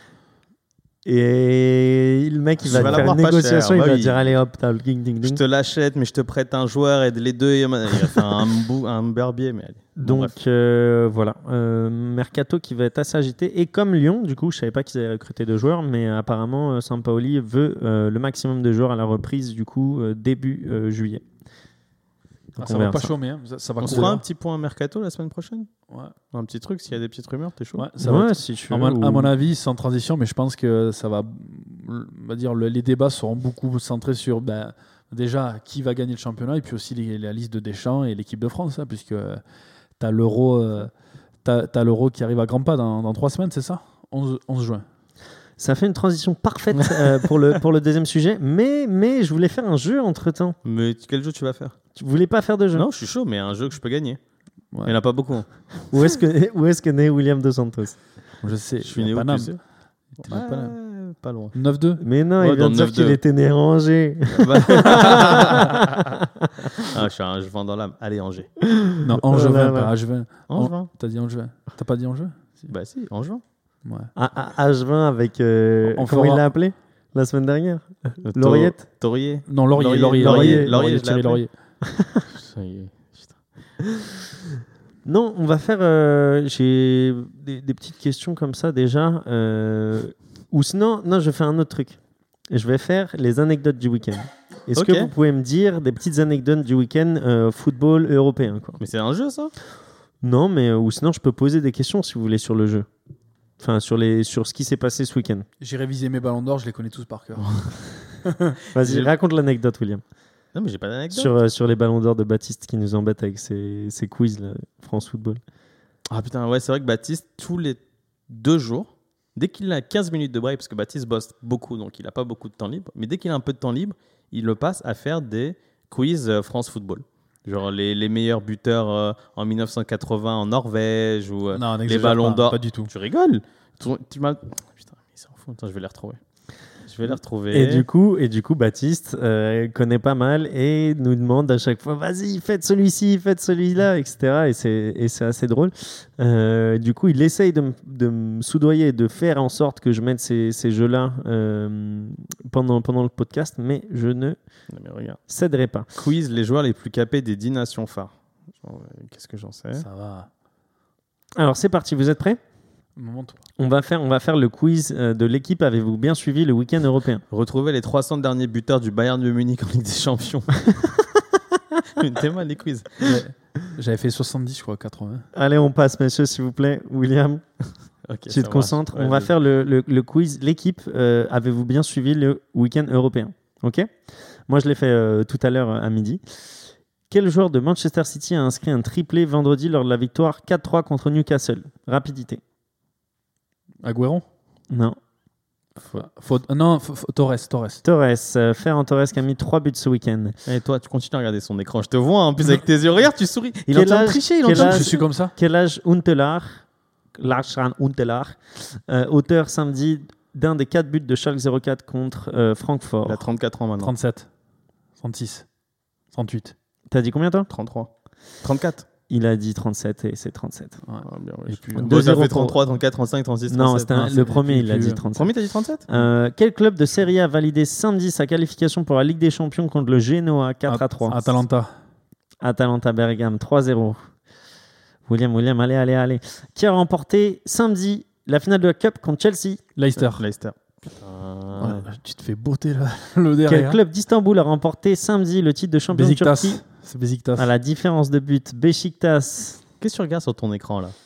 Et le mec, il Tu va vas te faire l'avoir une pas négociation, cher, il bah va oui. te dire allez hop, t'as le ding ding Je ding. te l'achète, mais je te prête un joueur et les deux, il va faire un, bou- un berbier. Mais allez. Bon, Donc bref. euh, voilà, Euh, Mercato qui va être assez agité. Et comme Lyon, du coup, je savais pas qu'ils avaient recruté de joueurs, mais apparemment, euh, Sampaoli veut euh, le maximum de joueurs à la reprise, du coup, euh, début euh, juillet. Donc, Ah, ça on va verra pas ça. chômer, hein. ça, ça va On se courir. fera un petit point mercato la semaine prochaine. Ouais. Un petit truc, s'il y a des petites rumeurs, t'es chaud. Ouais, ça va Ouais, être- si tu à, veux, mon, ou- à mon avis, sans transition, mais je pense que ça va, on va dire, le- les débats seront beaucoup centrés sur ben, déjà qui va gagner le championnat et puis aussi les- la liste de Deschamps et l'équipe de France, hein, puisque tu as l'Euro euh, t'as- t'as l'Euro qui arrive à grands pas dans, dans trois semaines, c'est ça onze, onze juin. Ça fait une transition parfaite euh, pour, le, pour le deuxième sujet, mais, mais je voulais faire un jeu entre-temps. Mais quel jeu tu vas faire? Tu voulais pas faire de jeu? Non, je suis chaud, mais un jeu que je peux gagner. Ouais. Il n'y en a pas beaucoup. hein. Où est-ce que, où est-ce que naît William Dos Santos? Je sais, Je suis né où, Paname. tu sais T'es né à Paname. Ouais, pas loin. neuf deux. Mais non, Ouais, il vient dans de dire neuf qu'il deux. était né à Angers. ah, je suis un Angevin dans l'âme. Allez, Angers. Non, Angevin, là, là. pas Angevin. Angevin T'as dit Angevin. T'as pas dit Angevin Si. Bah si, Angevin. Ouais. À, à H vingt avec. euh, On comment fera- il l'a appelé la semaine dernière? Le Lauriette. Taurier. Non, Laurier, Laurier, Laurier, Laurier, Laurier, je l'ai Thierry appelé. Laurier. Ça y est. Non, on va faire. euh, J'ai des, des petites questions comme ça déjà. euh, Ou sinon, non, je fais un autre truc. Je vais faire les anecdotes du week-end. Est-ce Ok. que vous pouvez me dire des petites anecdotes du week-end euh, football européen quoi? Mais c'est un jeu, ça? Non, mais euh, ou sinon je peux poser des questions si vous voulez sur le jeu. Enfin, sur, les, sur ce qui s'est passé ce week-end. J'ai révisé mes ballons d'or, je les connais tous par cœur. Vas-y, J'ai- raconte l'anecdote, William. Non, mais j'ai pas d'anecdote. Sur, euh, sur les ballons d'or de Baptiste qui nous embête avec ses, ses quiz, là, France Football. Ah putain, ouais, c'est vrai que Baptiste, tous les deux jours, dès qu'il a quinze minutes de break, parce que Baptiste bosse beaucoup, donc il n'a pas beaucoup de temps libre, mais dès qu'il a un peu de temps libre, il le passe à faire des quiz euh, France Football. Genre les, les meilleurs buteurs euh, en mille neuf cent quatre-vingts en Norvège ou euh, Non, les n'exagère ballons pas, d'or. Pas du tout. Tu rigoles? Tu, tu m'as... Putain, mais il s'en fout. Attends, je vais les retrouver. Je vais les retrouver. Et du coup, et du coup Baptiste euh, connaît pas mal et nous demande à chaque fois vas-y, faites celui-ci, faites celui-là, et cetera. Et c'est, et c'est assez drôle. Euh, du coup, il essaye de, m- de me soudoyer, de faire en sorte que je mette ces, ces jeux-là euh, pendant, pendant le podcast, mais je ne Non, mais regarde. céderai pas. Quiz les joueurs les plus capés des dix nations phares. Genre, euh, Qu'est-ce que j'en sais? Ça va. Alors c'est parti, vous êtes prêts? Montre. On va faire, on va faire le quiz euh, de l'équipe. Avez-vous bien suivi le week-end européen? Retrouver les trois cents derniers buteurs du Bayern de Munich en Ligue des Champions. T'es mal les quiz. Ouais. J'avais fait soixante-dix, je crois, quatre-vingts. Allez, on passe, messieurs, s'il vous plaît. William. Ok, Tu ça te concentres. marche. On va Ouais, faire le, le- le quiz. L'équipe, euh, avez-vous bien suivi le week-end européen? Ok. Moi, je l'ai fait euh, tout à l'heure à midi. Quel joueur de Manchester City a inscrit un triplé vendredi lors de la victoire quatre trois contre Newcastle? Rapidité. Agüero. Non. Faut- faut- non, faut- faut- Torres, Torres. Torres. euh, Ferran Torres qui a mis trois buts ce week-end. Et toi, tu continues à regarder son écran. Je te vois en plus avec tes yeux. Regarde, tu souris. Il est en Quel train de âge- tricher. Il est en quel train de âge- Je tricher. suis comme ça. Quel âge Huntelaar, Lachran Huntelaar, euh, auteur samedi d'un des quatre buts de Schalke zéro quatre contre euh, Francfort. Il a trente-quatre ans maintenant. trente-sept, trente-six, trente-huit. T'as dit combien toi? trente-trois. trente-quatre. Il a dit trente-sept et c'est trente-sept. Ah, bien, Et oui. puis, Bon, deux ça zéro fait pour- trente-trois, trente-quatre, trente-cinq, trente-six, Non, trente-sept. c'était un- Non, c'est le premier, il a plus- dit trente-sept. Premier, t'as dit trente-sept? Euh, quel club de Serie A a validé samedi sa qualification pour la Ligue des Champions contre le Genoa quatre à trois? Atalanta. Atalanta Bergame trois zéro. William, William, allez, allez, allez. Qui a remporté samedi la finale de la Cup contre Chelsea? Leicester. Leicester. Ouais, tu te fais botter là, le Quel derrière. club d'Istanbul a remporté samedi le titre de champion de Besiktas. Turquie? C'est Besiktas. À la différence de but, Beşiktaş. Qu'est-ce que tu regardes sur ton écran là?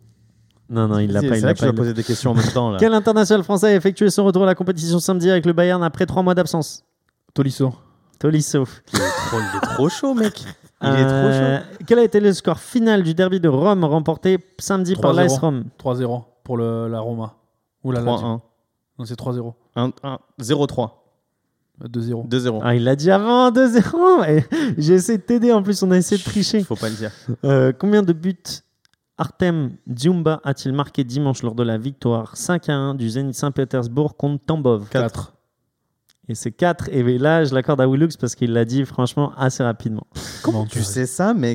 Non, non, il l'a C'est pas. c'est Il vrai l'a que pas, je il dois l'a- poser des questions en même temps là. Quel international français a effectué son retour à la compétition samedi avec le Bayern après trois mois d'absence? Tolisso. Tolisso. Il est trop, il est trop chaud, mec. Il est trop Euh, chaud. Quel a été le score final du derby de Rome remporté samedi par trois zéro. l'A S Rome? trois zéro pour le, la Roma. Ou la trois Lazio. un. Non, c'est trois zéro. un un. zéro trois. deux zéro. deux zéro. Ah, il l'a dit avant, deux zéro. Et j'ai essayé de t'aider, en plus on a essayé de tricher. Faut pas le dire. Euh, combien de buts Artem Djumba a-t-il marqué dimanche lors de la victoire cinq à un du Zénith Saint-Pétersbourg contre Tambov? quatre. Et c'est quatre. Et là, je l'accorde à Willux parce qu'il l'a dit franchement assez rapidement. Comment tu sais ça, mec?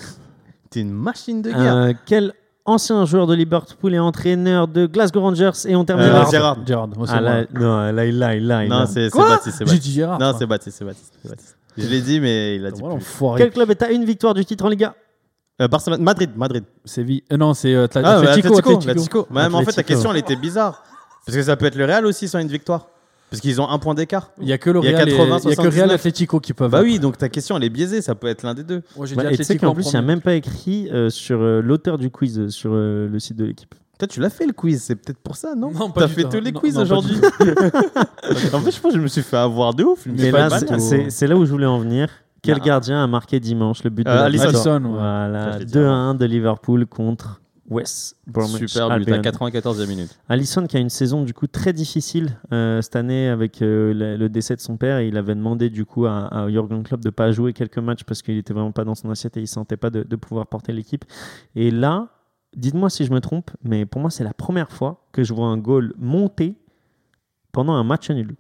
T'es une machine de guerre. Euh, quel ancien joueur de Liverpool et entraîneur de Glasgow Rangers? Et on termine Euh, par- Gérard. Gérard. Moi, c'est Ah, moi. là, non, là, il l'a, il l'a, il non, l'a. c'est c'est Quoi Baptiste. c'est J'ai Baptiste. dit Gérard. Non, moi. c'est Baptiste, c'est Baptiste, c'est Baptiste. Je l'ai dit, mais il a dit Voilà, plus. enfoiré. Quel club est à une victoire du titre en Liga? Euh, Barcelone, Madrid, Madrid. Séville. Euh, non, c'est euh, Atla- Ah, Atlético. Atlético, Atlético. Atlético. Ouais, mais en fait, ta Atlético. question, elle était bizarre. Parce que ça peut être le Real aussi sans une victoire. Parce qu'ils ont un point d'écart. Il y a que le Il y a Real, et- quatre-vingts, il y a que Real et soixante-dix-neuf. Atlético qui peuvent. Bah oui, donc ta question, elle est biaisée. Ça peut être l'un des deux. Moi, j'ai Ouais, dit et tu sais Atlético qu'en en plus, il n'y a premier. même pas écrit euh, sur euh, l'auteur du quiz euh, sur euh, le site de l'équipe. Toi, tu l'as fait le quiz. C'est peut-être pour ça, non? Non, pas T'as du fait tout. tous les Non, quiz non, pas aujourd'hui. du tout. En fait, je pense que je me suis fait avoir de ouf. Je me suis Et fait là, mal. c'est- c'est c'est là où je voulais en venir. Quel Ah. gardien a marqué dimanche le but de Euh, la Alisson. victoire? Alisson, ouais. Voilà, Ça, je l'ai dit deux à avant. un de Liverpool contre West Bromwich Super but Albion. à quatre-vingt-quatorzième minute. Alisson qui a une saison du coup très difficile euh, cette année avec euh, le, le décès de son père. Et il avait demandé du coup à, à Jürgen Klopp de ne pas jouer quelques matchs parce qu'il était vraiment pas dans son assiette et il sentait pas de, de pouvoir porter l'équipe. Et là, dites-moi si je me trompe, mais pour moi c'est la première fois que je vois un goal monter pendant un match nul.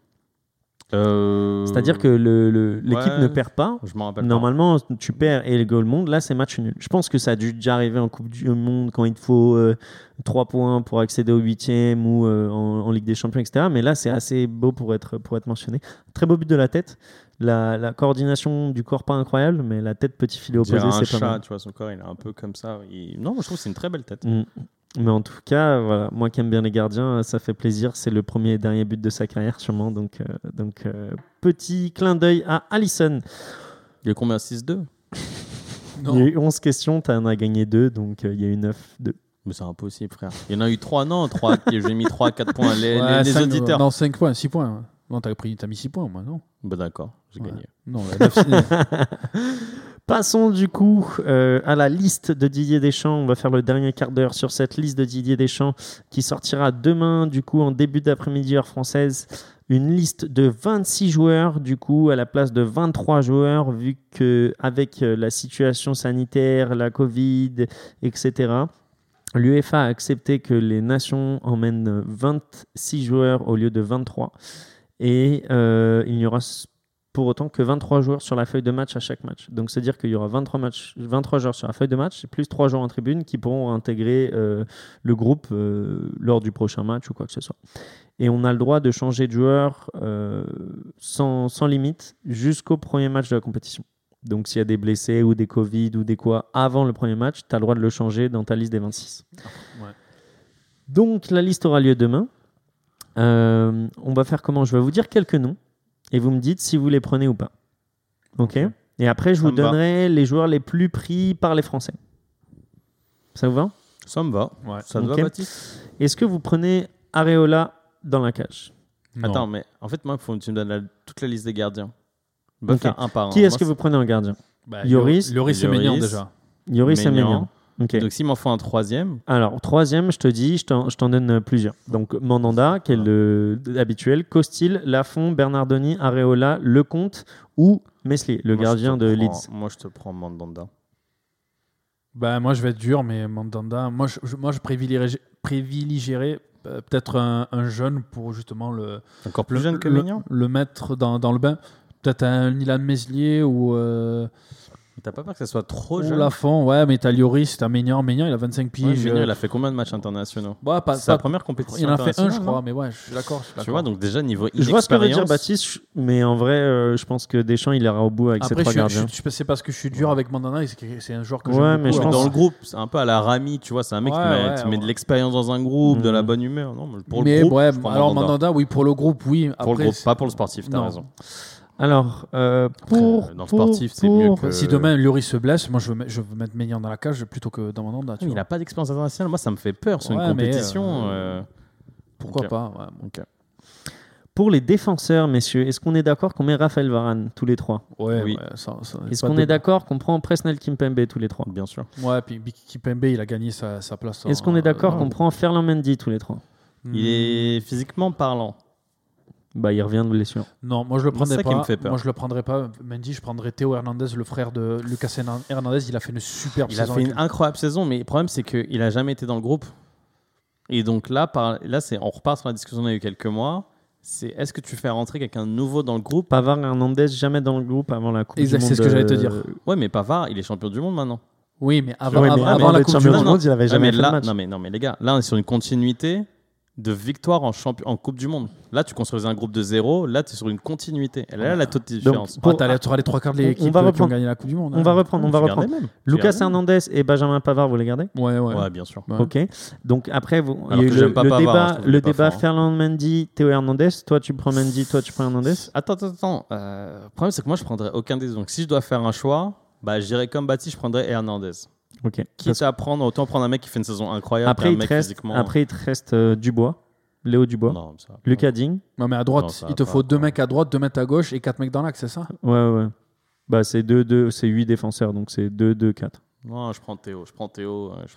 Euh... C'est-à-dire que le- le- l'équipe Ouais. ne perd pas. Je m'en rappelle Normalement, tu perds et le goal monte. Là, c'est match nul. Je pense que ça a dû déjà arriver en Coupe du Monde quand il te faut euh, trois points pour accéder au huitième ou euh, en, en Ligue des Champions, et cetera. Mais là, c'est assez beau pour être, pour être mentionné. Très beau but de la tête. La, la coordination du corps, pas incroyable, mais la tête petit filet pas. opposé, Un c'est chat, pas mal. tu vois, son corps, il est un peu comme ça. Il- Non, moi, je trouve que c'est une très belle tête. Mm. Mais en tout cas, voilà, moi qui aime bien les gardiens, ça fait plaisir. C'est le premier et dernier but de sa carrière, sûrement. Donc, euh, donc euh, petit clin d'œil à Alisson. Il y a combien? six deux? Non. Il y a eu onze questions, tu en as gagné deux, donc euh, il y a eu neuf deux. Mais c'est impossible, frère. Il y en a eu trois, non trois. J'ai mis trois, quatre points. Les, Ouais, les- les cinq, auditeurs. Non, cinq points, six points. ouais. Non, t'as pris, t'as mis six points, moi, non. Bah d'accord, j'ai Ouais. gagné. Non, la neuf, c'est- Passons du coup euh, à la liste de Didier Deschamps. On va faire le dernier quart d'heure sur cette liste de Didier Deschamps qui sortira demain du coup en début d'après-midi heure française. Une liste de vingt-six joueurs du coup à la place de vingt-trois joueurs vu qu'avec la situation sanitaire, la Covid, et cetera, l'UEFA a accepté que les nations emmènent vingt-six joueurs au lieu de vingt-trois. Et euh, il n'y aura pour autant que vingt-trois joueurs sur la feuille de match à chaque match. Donc, c'est-à-dire qu'il y aura vingt-trois, matchs, vingt-trois joueurs sur la feuille de match, plus trois joueurs en tribune qui pourront intégrer euh, le groupe euh, lors du prochain match ou quoi que ce soit. Et on a le droit de changer de joueur euh, sans, sans limite jusqu'au premier match de la compétition. Donc, s'il y a des blessés ou des Covid ou des quoi avant le premier match, tu as le droit de le changer dans ta liste des vingt-six. Ouais. Donc, la liste aura lieu demain. Euh, on va faire comment? Je vais vous dire quelques noms et vous me dites si vous les prenez ou pas. Ok. Et après, je Ça vous me va. donnerai les joueurs les plus pris par les Français. Ça vous va? Ça me va. Ouais. Ça te Ok. va, Baptiste? Est-ce que vous prenez Areola dans la cage? Non. Attends, mais en fait, moi, il faut que tu me donnes la- toute la liste des gardiens. On va Ok. faire un par un. Qui est-ce Moi, que vous prenez en gardien? Bah, Lloris. Lloris et Maignan Lloris. déjà. Yoris et Maignan. Maignan. Ok. Donc, s'il m'en faut un troisième, Alors, troisième, je te dis, je t'en, je t'en donne euh, plusieurs. Donc, Mandanda, qui est le, habituel, Costil, Lafont, Bernardoni, Areola, Lecomte ou Meslier, le moi, je gardien te de prends- Leeds. Moi, je te prends Mandanda. Bah, moi, je vais être dur, mais Mandanda, moi, je, je- moi, je privilégierais, privilégierais euh, peut-être un, un jeune pour justement le, Encore plus le, jeune que le, Maignan. le mettre dans, dans le bain. Peut-être un Ilan Meslier ou, euh, T'as pas peur que ça soit trop ou jeune? Lafont. Ouais, mais t'as Lloris, t'as Maignan. Maignan, il a vingt-cinq Ouais, piges. Maignan, euh, il a fait combien de matchs internationaux? bah, pas, C'est sa pas- première compétition il en a fait un, je internationale, crois, non mais ouais, je suis d'accord. je suis Tu d'accord. vois, donc déjà, niveau Je vois ce que veut dire inexpérience... Baptiste, mais en vrai, euh, je pense que Deschamps, il ira au bout avec Après, ses trois je suis- gardiens. je suis- c'est parce que je suis dur avec Mandanda et c'est que c'est un joueur que Ouais, j'aime mais beaucoup. je Ouais, pense- dans le groupe, c'est un peu à la Rami, tu vois, c'est un mec Ouais, qui met, ouais, tu mets ouais. de l'expérience dans un groupe, de la Mm. bonne humeur. Non, mais pour mais le groupe, ouais, je prends alors Mandanda. Mandanda, oui, pour le groupe, oui. Pour le Après, groupe, c'est- pas pour le sportif, t'as Non. raison. Alors, euh, pour. Après, dans le pour- sportif, c'est pour- mieux que- Si demain Lloris se blesse, moi je veux, mettre- je veux mettre Maignan dans la cage plutôt que dans Mandanda. Tu Il vois. n'a pas d'expérience internationale, moi ça me fait peur sur Ouais, une mais, compétition. euh, euh, Pourquoi ok. pas ouais. ok. Pour les défenseurs, messieurs, est-ce qu'on est d'accord qu'on met Raphaël Varane tous les trois? Ouais, Oui. ouais, ça- ça- Est-ce pas qu'on de- est d'accord qu'on prend Presnel Kimpembe tous les trois? Bien sûr. Ouais, puis Biki Kipembe, il a gagné sa, sa place. Est-ce en- qu'on est d'accord dans- qu'on prend Ferland Mendy tous les trois? Hmm. Il est physiquement parlant. Bah, il revient de blessure. Non, moi je le Moi, prendrais c'est ça pas. qui me fait peur. Moi je le prendrais pas. Mendy, je prendrais Théo Hernandez, le frère de Lucas Hernandez. Il a fait une superbe Il a saison. fait avec une incroyable saison, mais le problème c'est qu'il n'a jamais été dans le groupe. Et donc là, par... là c'est... on repart sur la discussion qu'on a eu quelques mois. C'est est-ce que tu fais rentrer quelqu'un de nouveau dans le groupe? Pavard, Hernandez, jamais dans le groupe avant la Coupe Exact, du Monde. c'est ce que j'allais te euh, dire. Ouais, mais Pavard, il est champion du monde maintenant. Oui, mais avant, Ouais, mais avant, avant avant la d'être Coupe du champion Monde. du monde, il avait Ouais, jamais mais fait de là, match. non mais non mais les gars, là on est sur une continuité de victoire en, champion... en Coupe du Monde. Là, tu construisais un groupe de zéro. Là, tu es sur une continuité. Et là, la toute différence. pour- Ah, tu auras les trois quarts de on- on l'équipe va qui ont reprendre. gagné la Coupe du Monde. On hein. va reprendre, on va Tu gardais reprendre. même. Tu Lucas gardais. Hernandez et Benjamin Pavard, vous les gardez? Ouais, ouais. Ouais, bien sûr. Ouais. Ok. Donc après, vous, il y a Alors eu que le, j'aime pas le Pavard, hein, débat, je trouve qu'il le est pas débat fort, hein. Ferland Mendy, Théo Hernandez. Toi, tu prends Mendy, toi, tu prends Hernandez. Attends, attends, attends. Euh, le problème, c'est que moi, je prendrais aucun des deux. Donc, si je dois faire un choix, bah, je dirais comme Baptiste, je prendrais Hernandez. Ok. Quitte à prendre, autant prendre un mec qui fait une saison incroyable Après, qu'un il te mec reste, physiquement. après, il te reste euh, Dubois, Léo Dubois, Non, ça va pas. Lucas Digne. Non, mais à droite, Non, ça il va te pas, faut deux quoi. mecs à droite, deux mecs à gauche et quatre mecs dans l'axe, c'est ça? Ouais, ouais. Bah, c'est deux, deux, c'est huit défenseurs, donc c'est deux, deux, quatre. Non, je prends Théo. Je prends Théo. euh, je-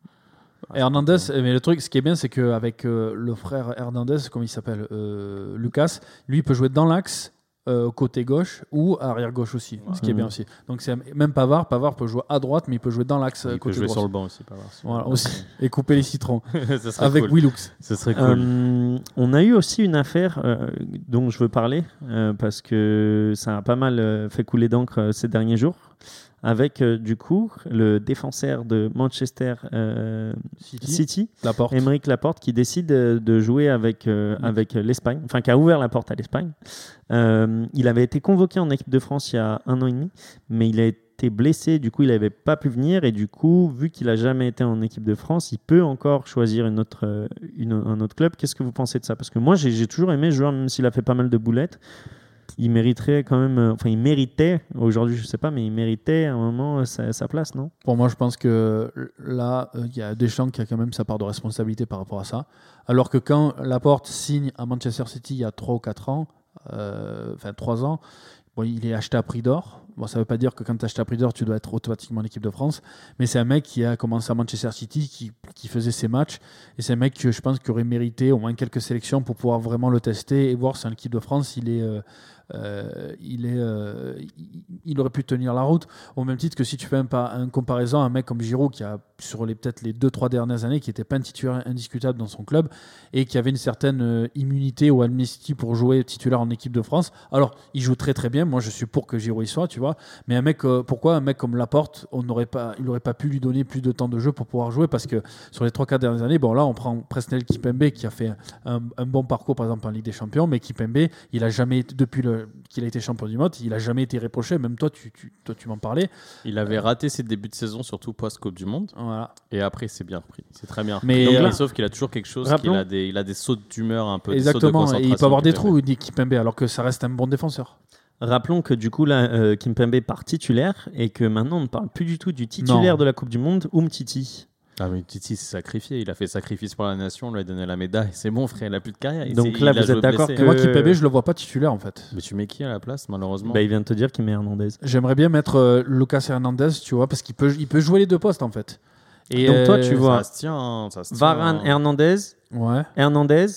Et Hernandez, mais le truc, ce qui est bien, c'est qu'avec euh, le frère Hernandez, comme il s'appelle, euh, Lucas, lui, il peut jouer dans l'axe, euh, côté gauche ou arrière gauche aussi, ce qui est Mhm. bien aussi. Donc c'est même Pavard, Pavard peut jouer à droite, mais il peut jouer dans l'axe, Il peut côté jouer droit. sur le banc aussi, pas grave. Voilà, aussi. Et couper les citrons Ce serait avec cool. Willux. Ce serait cool. Euh, on a eu aussi une affaire euh, dont je veux parler euh, parce que ça a pas mal euh, fait couler d'encre euh, ces derniers jours. Avec euh, du coup le défenseur de Manchester euh, City, City, la porte. Aymeric Laporte, qui décide euh, de jouer avec, euh, Mm. avec l'Espagne, enfin qui a ouvert la porte à l'Espagne. Euh, il avait été convoqué en équipe de France il y a un an et demi, mais il a été blessé, du coup il n'avait pas pu venir, et du coup, vu qu'il n'a jamais été en équipe de France, il peut encore choisir une autre, euh, une- un autre club. Qu'est-ce que vous pensez de ça? Parce que moi, j'ai j'ai toujours aimé ce joueur, même s'il a fait pas mal de boulettes. Il mériterait quand même, euh, enfin il méritait, aujourd'hui je sais pas, mais il méritait à un moment euh, sa, sa place, non? Pour moi, je pense que là, euh, il y a Deschamps qui a quand même sa part de responsabilité par rapport à ça. Alors que quand Laporte signe à Manchester City il y a trois ou quatre ans, euh, enfin trois ans, bon, il est acheté à prix d'or. Bon, ça ne veut pas dire que quand tu achètes à prix d'or, tu dois être automatiquement en équipe de France. Mais c'est un mec qui a commencé à Manchester City, qui, qui faisait ses matchs. Et c'est un mec que je pense qui aurait mérité au moins quelques sélections pour pouvoir vraiment le tester et voir si en équipe de France, il est... euh, Euh, il, est, euh, il, il aurait pu tenir la route au même titre que si tu fais un, pa- un comparaison à un mec comme Giroud qui a sur les peut-être les deux trois dernières années qui n'était pas un titulaire indiscutable dans son club et qui avait une certaine euh, immunité ou amnistie pour jouer titulaire en équipe de France. Alors il joue très très bien, moi je suis pour que Giroud y soit, tu vois, mais un mec euh, pourquoi un mec comme Laporte, on n'aurait pas, il n'aurait pas pu lui donner plus de temps de jeu pour pouvoir jouer, parce que sur les trois quatre dernières années, bon là on prend Presnel Kimpembe qui a fait un, un bon parcours par exemple en Ligue des Champions, mais Kimpembe il a jamais été, depuis le qu'il a été champion du monde, il a jamais été reproché. Même toi, tu, tu, toi, tu m'en parlais. Il avait raté ses débuts de saison, surtout post-Coupe du Monde. Voilà. Et après, c'est bien repris. C'est très bien. Mais Donc, euh, là, sauf qu'il a toujours quelque chose. rappelons- qu'il a des, il a des sauts d'humeur un peu. des sauts de Exactement. Et concentration il peut avoir des Kimpembe. trous, dit Kimpembe, alors que ça reste un bon défenseur. Rappelons que du coup, là, euh, Kimpembe part titulaire et que maintenant, on ne parle plus du tout du titulaire Non. de la Coupe du Monde, Umtiti. Ah mais Titi s'est sacrifié, il a fait sacrifice pour la nation, on lui a donné la médaille, c'est bon frère, il a plus de carrière. Donc il là, il a vous joué êtes d'accord blessé. que- Moi, Kimpembe, je le vois pas titulaire en fait. Mais tu mets qui à la place malheureusement? Bah, il vient de te dire qu'il met Hernandez. J'aimerais bien mettre euh, Lucas Hernandez, tu vois, parce qu'il peut, il peut jouer les deux postes en fait. Et Donc toi, euh, tu vois- Ça se tient, ça se tient. Varane, Hernandez, Ouais, Hernandez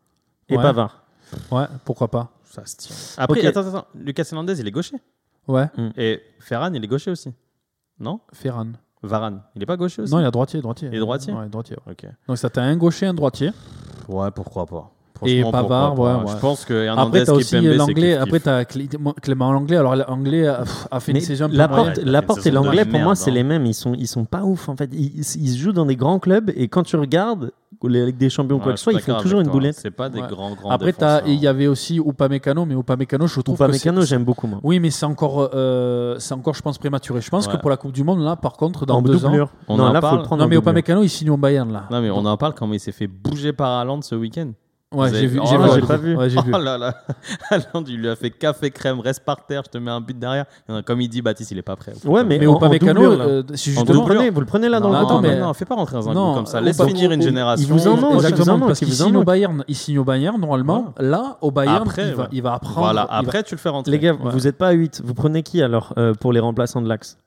et Ouais. Pavard. ouais, pourquoi pas. Ça se tient. Après, Ok. attends, attends, Lucas Hernandez, il est gaucher. Ouais, Et Ferran, il est gaucher aussi. Non? Ferran. Varane, il est pas gaucher aussi? Non, il y a droitier, droitier. Et droitier Ouais, droitier. ouais. Ok. Donc ça, t'as un gaucher, un droitier. Ouais, pourquoi pas. Et Franchement, Pavard, pourquoi pas. ouais, ouais. Je pense que Hernandez, Après, t'as aussi Kimpembe, c'est l'anglais. kiff-kiff. Après, t'as Clé- Clément Langlais. Alors, l'anglais a, a fait Mais une saison un peu la moyenne. porte, Ouais, il a la fait une porte et saison de l'anglais, pour merde, moi, c'est hein. les mêmes. Ils sont, ils sont pas ouf en fait. Ils, ils- ils jouent dans des grands clubs et quand tu regardes les Ligues des Champions, quoi Ouais, que je ce soit, suis ils font d'accord toujours avec une toi. boulette. C'est pas des Ouais. grands, grands Après, t'as- défenseurs. il y avait aussi Upamecano, mais Upamecano, je trouve que Upamecano, c'est- j'aime beaucoup moi. Oui, mais c'est encore, euh, c'est encore, je pense, prématuré. Je pense Ouais. que pour la Coupe du Monde, là, par contre, dans En deux doublure. ans. On non, en là, faut parle. le prendre Non, en mais doublure. Upamecano, il signe au Bayern, là. Non, mais on en parle comment il s'est fait bouger par Haaland ce week-end. Ouais, Vous j'ai avez- vu. Oh j'ai là, vu, j'ai ouais, pas vu. Ouais, j'ai vu. Oh là là, Haaland, il lui a fait café crème, reste par terre, je te mets un but derrière. Comme il dit, Baptiste, il est pas prêt. Ouais, mais, Mais en, en Upamecano, doublure, là. euh, si Vous le justement. prenez, vous le prenez là dans Non, le Non, attends, bouton. mais mais- non, fais pas rentrer dans un Non, groupe comme ça. au Laisse Bayern- finir une il- génération. il vous en manque, Exactement. Exactement, manque, parce il qu'il vous en signe au manque. Bayern, il signe au Bayern normalement. Là, au Bayern, Après, il va, ouais. il va apprendre. Voilà, il va- après tu le fais rentrer. Les gars, Ouais. vous n'êtes pas à huit. Vous prenez qui alors euh, pour les remplaçants de l'axe?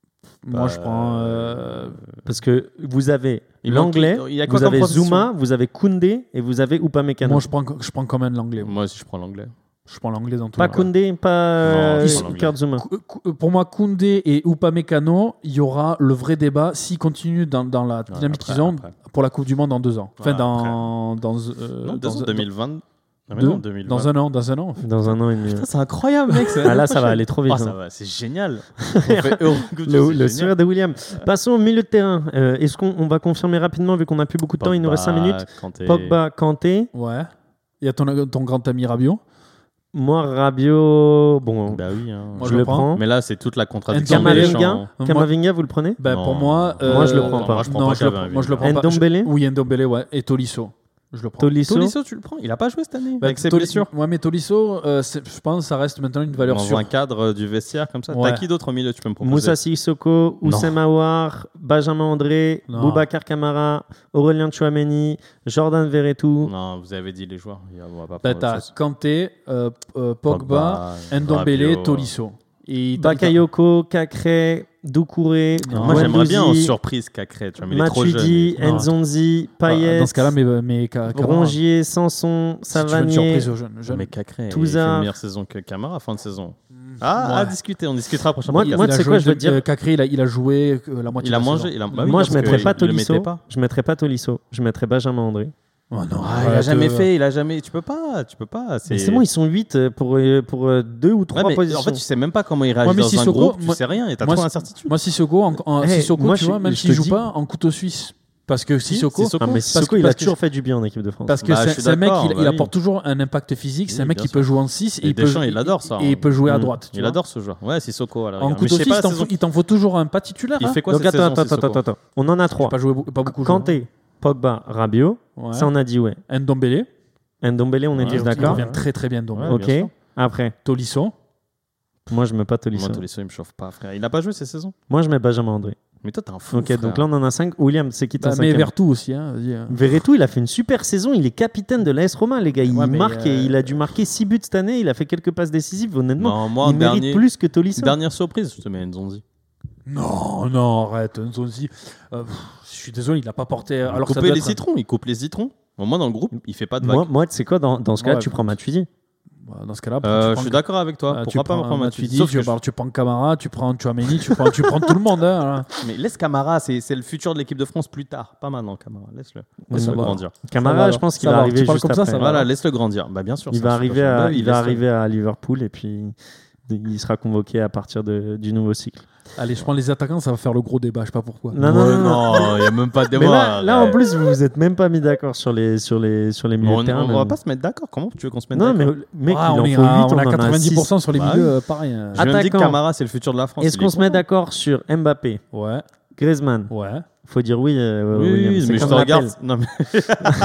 Moi, je prends. euh, Parce que vous avez Il l'anglais, manque- il y a quoi vous comme avez position Zuma, vous avez Koundé et vous avez Upamecano. Moi, je prends, je prends quand même l'anglais. moi. Moi aussi, je prends l'anglais. Je prends l'anglais dans tout. Pas le cas. Koundé, pas Non, euh, je prends l'anglais. Kurt Zuma. Cou- cou- Pour moi, Koundé et Upamecano, il y aura le vrai débat s'ils continuent dans, dans la dynamique après, qu'ils ont après. pour la Coupe du Monde dans deux ans. Enfin, Ouais, dans, dans, euh, Non, dans, dans deux mille vingt. Ah, mais deux- non, deux mille vingt. dans un an, dans un an. Dans un an et demi. Putain, c'est incroyable, mec. Ah là, ça va aller trop vite. Ah, ça hein. va, c'est génial. On fait Euro Coupe du Le, Monde, le c'est sourire génial. de William. Passons au milieu de terrain. Euh, Est-ce qu'on on va confirmer rapidement, vu qu'on n'a plus beaucoup de temps, il nous reste cinq Pogba, minutes. Kanté. Pogba, Kanté. Ouais. Il y a ton, ton grand ami Rabiot. Moi, Rabiot. Bon, Bah oui. hein. Moi, je le prends. Mais là, c'est toute la contradiction. Ndombele. des Kamavinga. champs. Moi- Kamavinga, vous le prenez? Ben, Non. pour moi. Moi, je le euh, prends pas. Moi, je prends non, pas je le, Kamavinga. moi, je le prends pas. Ndombele. Je- Oui, Ndombele, ouais. Et Tolisso. Je le prends. Tolisso. Tolisso, tu le prends. Il a pas joué cette année Ben, avec ses Toli- blessures. Ouais, mais Tolisso, euh, c'est- je pense que ça reste maintenant une valeur Dans sûre. un cadre euh, du vestiaire comme ça. Ouais. T'as qui d'autre au milieu tu peux me proposer? Moussa Sissoko, Non. Oussem Aouar, Benjamin André, Non. Boubacar Kamara, Aurélien Chouameni, Jordan Verretou. Non, vous avez dit les joueurs. Il y a- On va pas Ben, prendre t'as autre chose. Kanté, euh, euh, Pogba, Ndombele, Rabiot. Tolisso. Et Bakayoko, Kakré, Doucouré, Non. Moi, j'aimerais bien en Guendouzi, surprise Cacré. Tu vois, mais il est trop jeune. Matuidi, Non. Nzonzi, Ah, Payet, dans ce cas-là, mais, mais Ka- Kamara. Rongier, Sanson, Si tu veux une Savanier. surprise aux jeunes. jeunes. Mais Cacré, il Touzard. fait une meilleure saison que Camara fin de saison. Ah, Ouais. à discuter. On discutera prochain Moi, podcast. moi, Il tu a sais joué quoi, je veux de- te dire euh, Cacré, il a, il a joué euh, la moitié Il a de la mangé. saison. Il a... bah oui, Moi, parce je mettrais que pas il le mettait Tolisso. pas. Je mettrais pas Tolisso. Je mettrais Benjamin André. Oh non, Ah, il a arrête, jamais euh, fait. Il a jamais. Tu peux pas. Tu peux pas. Mais c'est bon, ils sont huit pour, euh, pour euh, deux ou Ouais, trois mais positions. en fait, tu sais même pas comment il réagit Ouais, mais dans un Sissoko, groupe. Tu moi- sais rien. Et t'as moi, trop c'est- d'incertitudes. Moi, Sissoko, en, en, Hey, Sissoko moi, tu je- vois, même je s'il te joue dis- pas en couteau suisse. Parce que Sissoko, Sissoko. Ah, mais parce Sissoko, que- il a parce que- toujours fait du bien en équipe de France. parce que Bah, je c'est suis c'est un mec, d'accord, il, bah il oui. apporte toujours un impact physique. C'est Oui, un mec bien qui sûr. peut jouer en six Et il peut, Deschamps, il adore ça, Et il hein. peut jouer à Mm. droite. tu Il vois. adore ce joueur. Ouais, Sissoko. à la En rigueur. Mais couteau je sais suisse, pas, t'en saison- faut- il t'en faut toujours un pas titulaire. Il hein. fait quoi Donc cette attends, saison, attends, attends, Sissoko attends, attends. On en a J'ai trois. pas, joué, pas beaucoup joué. Kanté, Pogba, Rabiot. Ouais. Ça, on a dit ouais. Ndombele. Ndombele, on est Ouais, tous il Il d'accord. revient très très bien Ndombele. Ouais, Ok. bien sûr. Après, Tolisso. moi, je mets pas Tolisso. Moi, Tolisso, il me chauffe pas, frère. Il a pas joué cette saison. Moi, je mets Benjamin André. Mais toi, t'es un fou. Ok, frère. donc là, on en a cinq. William, c'est qui ton Bah, mais cinquième? Vertu aussi. Hein, vas-y, hein. Verretou, il a fait une super saison. Il est capitaine de l'A S Roma, les gars. Il Ouais, mais, marque euh, et il a dû marquer six buts cette année. Il a fait quelques passes décisives. Honnêtement, Non, moi, il mérite dernier- plus que Tolisso. Dernière surprise, je te mets Nzonzi. Non, non, arrête. Nzonzi. Euh, pff, je suis désolé, il n'a pas porté. Il Alors que ça coupe doit les être- citrons, il coupe les citrons. Bon, moi, dans le groupe, il fait pas de vague. Moi, moi tu sais quoi, dans, dans ce cas-là, Ouais, tu mais- prends Matuidi. Bah, Dans ce cas-là, Euh, tu je prends- suis d'accord avec toi. euh, Pourquoi tu pas me prends prendre Matuidi, Matuidi Sauf tu, que je- bah, tu prends Camara, tu prends Chouameni, tu prends, tu prends tout le monde. Hein. Mais laisse Camara, c'est c'est le futur de l'équipe de France plus tard. Pas maintenant, Camara. Laisse-le. Laisse-le va. grandir. Camara, va, je pense ça qu'il va va. arriver Tu parles juste comme ça, après. ça va. Voilà, laisse-le grandir. Bah, bien sûr. Il c'est va un arriver, super joueur. à, Bah oui, il va laisse-le. arriver à Liverpool et puis il sera convoqué à partir de, du nouveau cycle. Allez, je prends les attaquants, ça va faire le gros débat, je sais pas pourquoi. Non, non, Ouais, non, non. non, il n'y a même pas de Mais débat. là, là, en Ouais. plus, vous vous êtes même pas mis d'accord sur les, sur les, sur les milieux on, de terrain. on va même. pas se mettre d'accord. Comment tu veux qu'on se mette Non, mais d'accord mec, Ah, il on en est faut à, huit, on on est à en a quatre-vingt-dix pour cent sur les Bah milieux, oui. euh, pareil. hein. Je viens de dire que Attaquant. Camara, c'est le futur de la France. Est-ce il qu'on est se met con. d'accord sur Mbappé, Ouais, Griezmann? ouais. Faut dire oui, euh, Oui, William. oui, c'est mais je comme te l'appel. regarde. Non, mais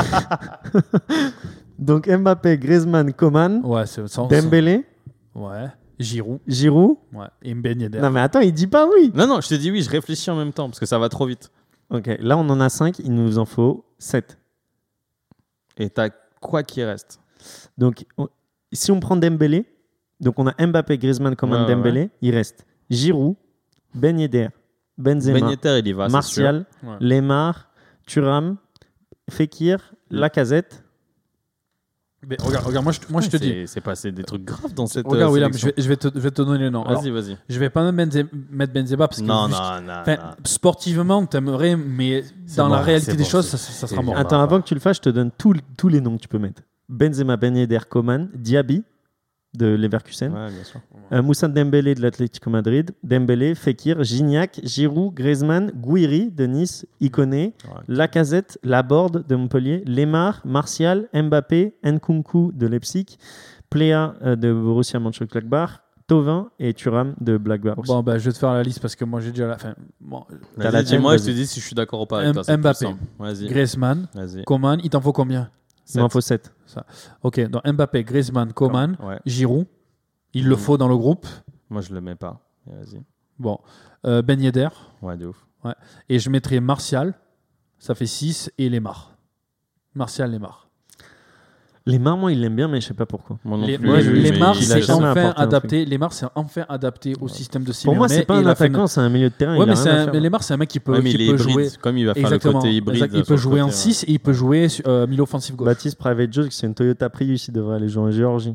Donc Mbappé, Griezmann, Coman, Ouais, c'est sans. Dembélé, Ouais. Giroud. Giroud. Ouais. Et Ben Yedder. Non mais attends, il dit pas oui. non, non, je te dis oui, je réfléchis en même temps parce que ça va trop vite. Ok, là on en a cinq, il nous en faut sept. Et t'as quoi qui reste? Donc on- si on prend Dembélé, donc on a Mbappé, Griezmann, Coman, Ouais, ouais, Dembélé, il reste Giroud, Ben Yedder, Benzema, Ben Yedder, il y va, c'est Martial, Ouais. Lemar, Thuram, Fekir, Lacazette. Mais regarde, regarde, moi je, moi, je te C'est- dis. C'est passé des trucs graves dans cette. Regarde, euh, William, je sélection. vais, je vais te, je vais te donner les noms. Alors, Vas-y, vas-y. je vais pas mettre Benzema, mettre Benzema parce que Non, vu non, ce- non. enfin, non. sportivement, t'aimerais, mais C'est dans la bon, réalité c'est des bon, choses, c'est- ça, ça c'est sera mort. bon. Attends, va avant pas. que tu le fasses, je te donne tous tous les noms que tu peux mettre. Benzema, Ben Yedder, Coman, Diaby de Leverkusen, Ouais, bien sûr. euh, Moussa Dembélé de l'Atlético Madrid, Dembélé, Fekir, Gignac, Giroud, Griezmann, Gouiri de Nice, Iconé, Lacazette, Laborde de Montpellier, Lemar, Martial, Mbappé, Nkunku de Leipzig, Plea euh, de Borussia Mönchengladbach, Thauvin et Thuram de Blackburn. aussi. Bon, bah, je vais te faire la liste parce que moi j'ai déjà la fin. Bon, T'as la Vas-y, tienne, dis-moi, je te vas-y. dis si je suis d'accord ou pas avec M- toi. c'est plus Mbappé. simple. Vas-y. Griezmann, Vas-y. Coman, il t'en faut combien? Il m'en faut sept. Ok, donc Mbappé, Griezmann, Coman, Ouais. Giroud, il le Mhm. faut dans le groupe. Moi, je le mets pas. Et Vas-y. Bon, euh, Ben Yedder, Ouais, de ouf. et je mettrai Martial, ça fait six, et Lemar. Martial, Lemar. Les Mar, moi, il l'aime bien, mais je sais pas pourquoi. Moi non Les, plus. moi, je- mais Lemar, il a c'est jamais enfin apporté un adapté. Lemar, c'est enfin adapté au système de Pour Simeone. moi, c'est pas et un il a fait attaquant, c'est un milieu de terrain. Ouais, il a mais, c'est rien à un- faire. mais Lemar, c'est un mec qui peut, Ouais, mais qui il est peut hybride. jouer. Comme il va faire Exactement. le côté hybride. Exact, il sur peut le jouer en côté, six et il peut jouer sur, euh, milieu offensif gauche. Baptiste Private Joke, c'est une Toyota Prius, il devrait aller jouer en Géorgie.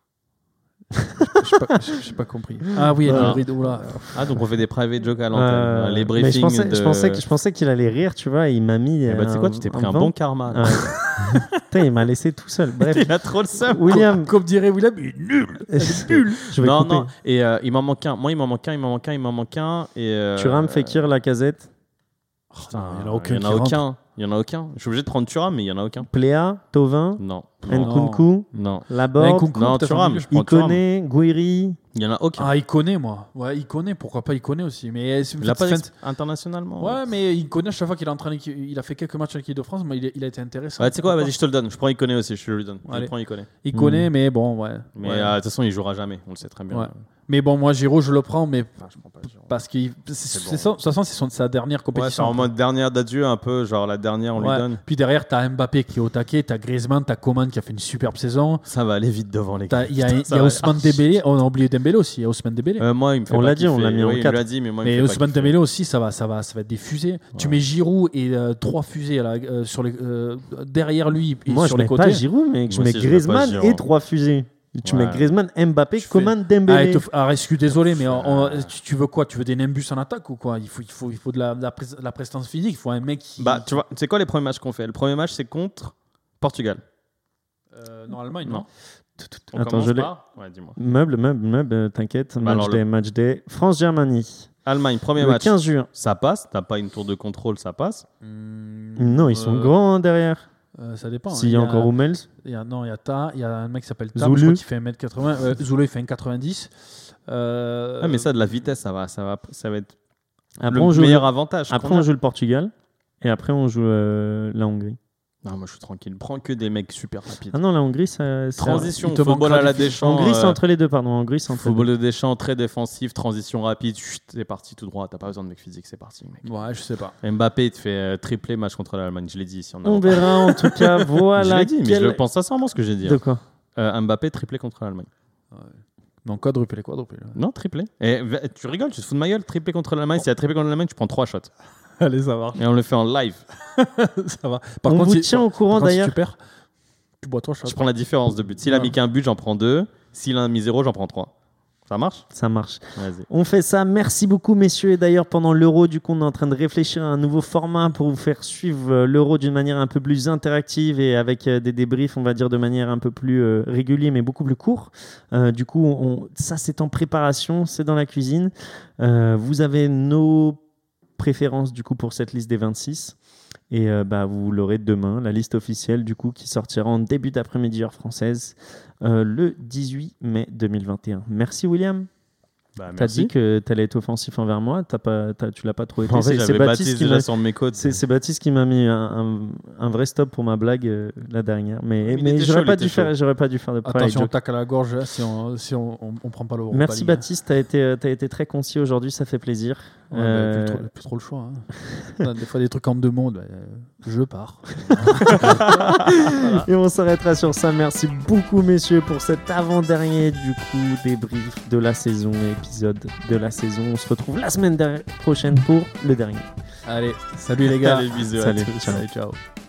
Je n'ai pas, j'ai- j'ai pas compris. Ah oui, elle est Ah. hybride. Oula. Ah, donc on fait des private jokes à l'antenne. Euh, Les mais briefings. je pensais, de... je pensais que- je pensais qu'il allait rire, tu vois, et il m'a mis. Eh bah, tu sais euh, quoi, tu t'es pris un vent. bon karma. Ah ouais. Putain, il m'a laissé tout seul. Bref, Il a trop le seum. William. Comme dirait William, il est nul. nul. Je vais Non, couper. non. Et euh, il m'en manque un. Moi, il m'en manque un, il m'en manque un, il m'en manque un. Et, euh, Thuram, Fekir, Lacazette, Putain, il y en a aucun Il y en qui a rentre. aucun. Il y en a aucun. Je suis obligé de prendre Thuram, mais il y en a aucun. Plea, Thauvin, Non. Non. Nkunku, Non. Laborde, Nkunku, Non, peut-être en Thuram. milieu. Je prends Thuram. Iconé, Gouiri. Il y en a aucun. Ah, il connaît, moi. Ouais, il connaît. Pourquoi pas, il connaît aussi. Mais c'est- Il a pas fin- d'ex- internationalement. Ouais, mais il connaît à chaque fois qu'il est en train d'équipe- il a fait quelques matchs avec l'équipe de France, mais il, est- il a été intéressant. Ouais, tu sais quoi, Pourquoi vas-y, je te le donne. Je prends Iconé aussi, je te le donne. Je Allez. prends Iconé. Il connaît, mais bon, ouais. Mais Ouais. euh, de toute façon, il jouera jamais. On le sait très bien. Ouais. Mais bon, moi, Giroud, je le prends, mais Enfin, je prends pas Giroud. parce que c'est, bon. c'est son- de toute façon, c'est son- sa dernière Ouais, c'est compétition. en mode dernière d'adieu, un peu. Genre la dernière, on Ouais. lui donne. Puis derrière, t'as Mbappé qui est au taquet, t'as Griezmann, t'as Coman qui a fait une superbe saison. Ça va aller vite devant les T'as- gars. Il y a, Putain, il ça y a va Ousmane aller- Dembélé. On a oublié Dembélé aussi. Il y a Ousmane Dembélé. Euh, moi, il me fait On pas l'a dit, on kiffer. l'a mis en Oui, il me quatre. l'a dit, mais moi, il mais me fait pas Ousmane kiffer. Dembélé aussi, ça va, ça va, ça va être des fusées. Tu mets Giroud et euh, trois fusées là, euh, sur les, euh, derrière lui et Moi, sur je les mets côtés. pas Giroud, mais je Moi mets aussi, je mets pas Griezmann Giroud. et trois fusées. Tu Ouais. mets Griezmann, Mbappé, Je fais- Coman, Ah, Dembélé. il te f- ah, excuse, désolé, mais on- on- tu, tu veux quoi? Tu veux des Nimbus en attaque ou quoi? Il faut, il faut, il faut de la, de la, pres- de la prestance physique. Il faut un mec qui. Bah, tu vois, c'est quoi les premiers matchs qu'on fait? Le premier match, c'est contre Portugal. Euh, non, Allemagne, Non. non. On Attends, commence je l'ai. par- Ouais, dis-moi. Meuble, meuble, meuble, euh, t'inquiète. Bah match alors, day, le- match day. France-Germanie. Allemagne, premier Le match. quinze juin. Ça passe. T'as pas une tour de contrôle, ça passe. Hmm, Non, ils sont euh, grands hein, derrière. euh, ça dépend. S'il hein. y a encore Hummels. Il y a, non, il y a Ta, il y a un mec qui s'appelle Tam, Zulu. je crois qu'il fait un mètre quatre-vingts. Euh, Zulu, il fait un quatre-vingt-dix. Euh, Ah, mais ça, de la vitesse, ça va, ça va, ça va être Après, le on joue, meilleur avantage. après qu'on a. on joue le Portugal. Et après, on joue euh, la Hongrie. Non, moi, je suis tranquille. Prends que des mecs super rapides. Ah non, la Hongrie, ça. ça- Transition, il te football manquera à la du- Deschamps. Hongrie, c'est euh, entre les deux, pardon. Hongrie, c'est entre les deux. Football de Deschamps, très défensif, transition rapide. Chut, c'est parti tout droit. T'as pas besoin de mec physique, c'est parti, mec. Ouais, je sais pas. Mbappé, il te fait euh, triplé match contre l'Allemagne. Je l'ai dit ici en On avant. verra en tout cas. Je Voilà. l'ai dit, mais je quel- le pense sincèrement ce que j'ai dit. De hein. quoi Euh, Mbappé, triplé contre l'Allemagne. Donc, quadruplé, quadruplé. Non, triplé. Et v- tu rigoles, tu te fous de ma gueule. Triplé contre l'Allemagne. S'il y a triplé contre l'Allemagne, tu prends trois shots. Allez, ça marche. Et on le fait en live. ça va. Par On contre, vous si- tient au par courant contre, si d'ailleurs. tu perds, tu bois toi, Je prends la différence de but. S'il a Ouais. mis qu'un but, j'en prends deux. S'il a mis zéro, j'en prends trois. Ça marche? Ça marche. Vas-y. On fait ça. Merci beaucoup, messieurs. Et d'ailleurs, pendant l'Euro, du coup, on est en train de réfléchir à un nouveau format pour vous faire suivre euh, l'Euro d'une manière un peu plus interactive et avec euh, des débriefs, on va dire, de manière un peu plus euh, régulière, mais beaucoup plus court. Euh, du coup, on- ça, c'est en préparation, c'est dans la cuisine. Euh, vous avez nos préférences, du coup, pour cette liste des vingt-six. Et euh, bah, vous l'aurez demain, la liste officielle, du coup, qui sortira en début d'après-midi heure française, euh, le dix-huit mai deux mille vingt et un. Merci, William. Bah, T'as merci. dit que t'allais être offensif envers moi, t'as pas, t'as- tu l'as pas trop été. En fait, C'est- c'est j'avais Baptiste qui déjà m'a- sur mes côtes. C'est c'est Baptiste qui m'a mis un, un- un vrai stop pour ma blague euh, la dernière. Mais, Mais il mais était j'aurais chaud, pas il dû était faire, chaud. j'aurais pas dû faire de private Attention, on joke. tacle à la gorge hein, si on si on, on, on prend pas le Europa Merci League. Baptiste, t'as été, euh, t'as été très concis aujourd'hui, ça fait plaisir. Ouais, bah, Euh, plus, trop, plus trop le choix. Hein. Des fois, des trucs en deux mots, bah, euh, je pars. Et on s'arrêtera sur ça. Merci beaucoup, messieurs, pour cet avant-dernier du coup débrief de la saison, épisode de la saison. On se retrouve la semaine der- prochaine pour le dernier. Allez, salut les gars. Allez, bisous à Salut, tous. ciao. Allez, ciao.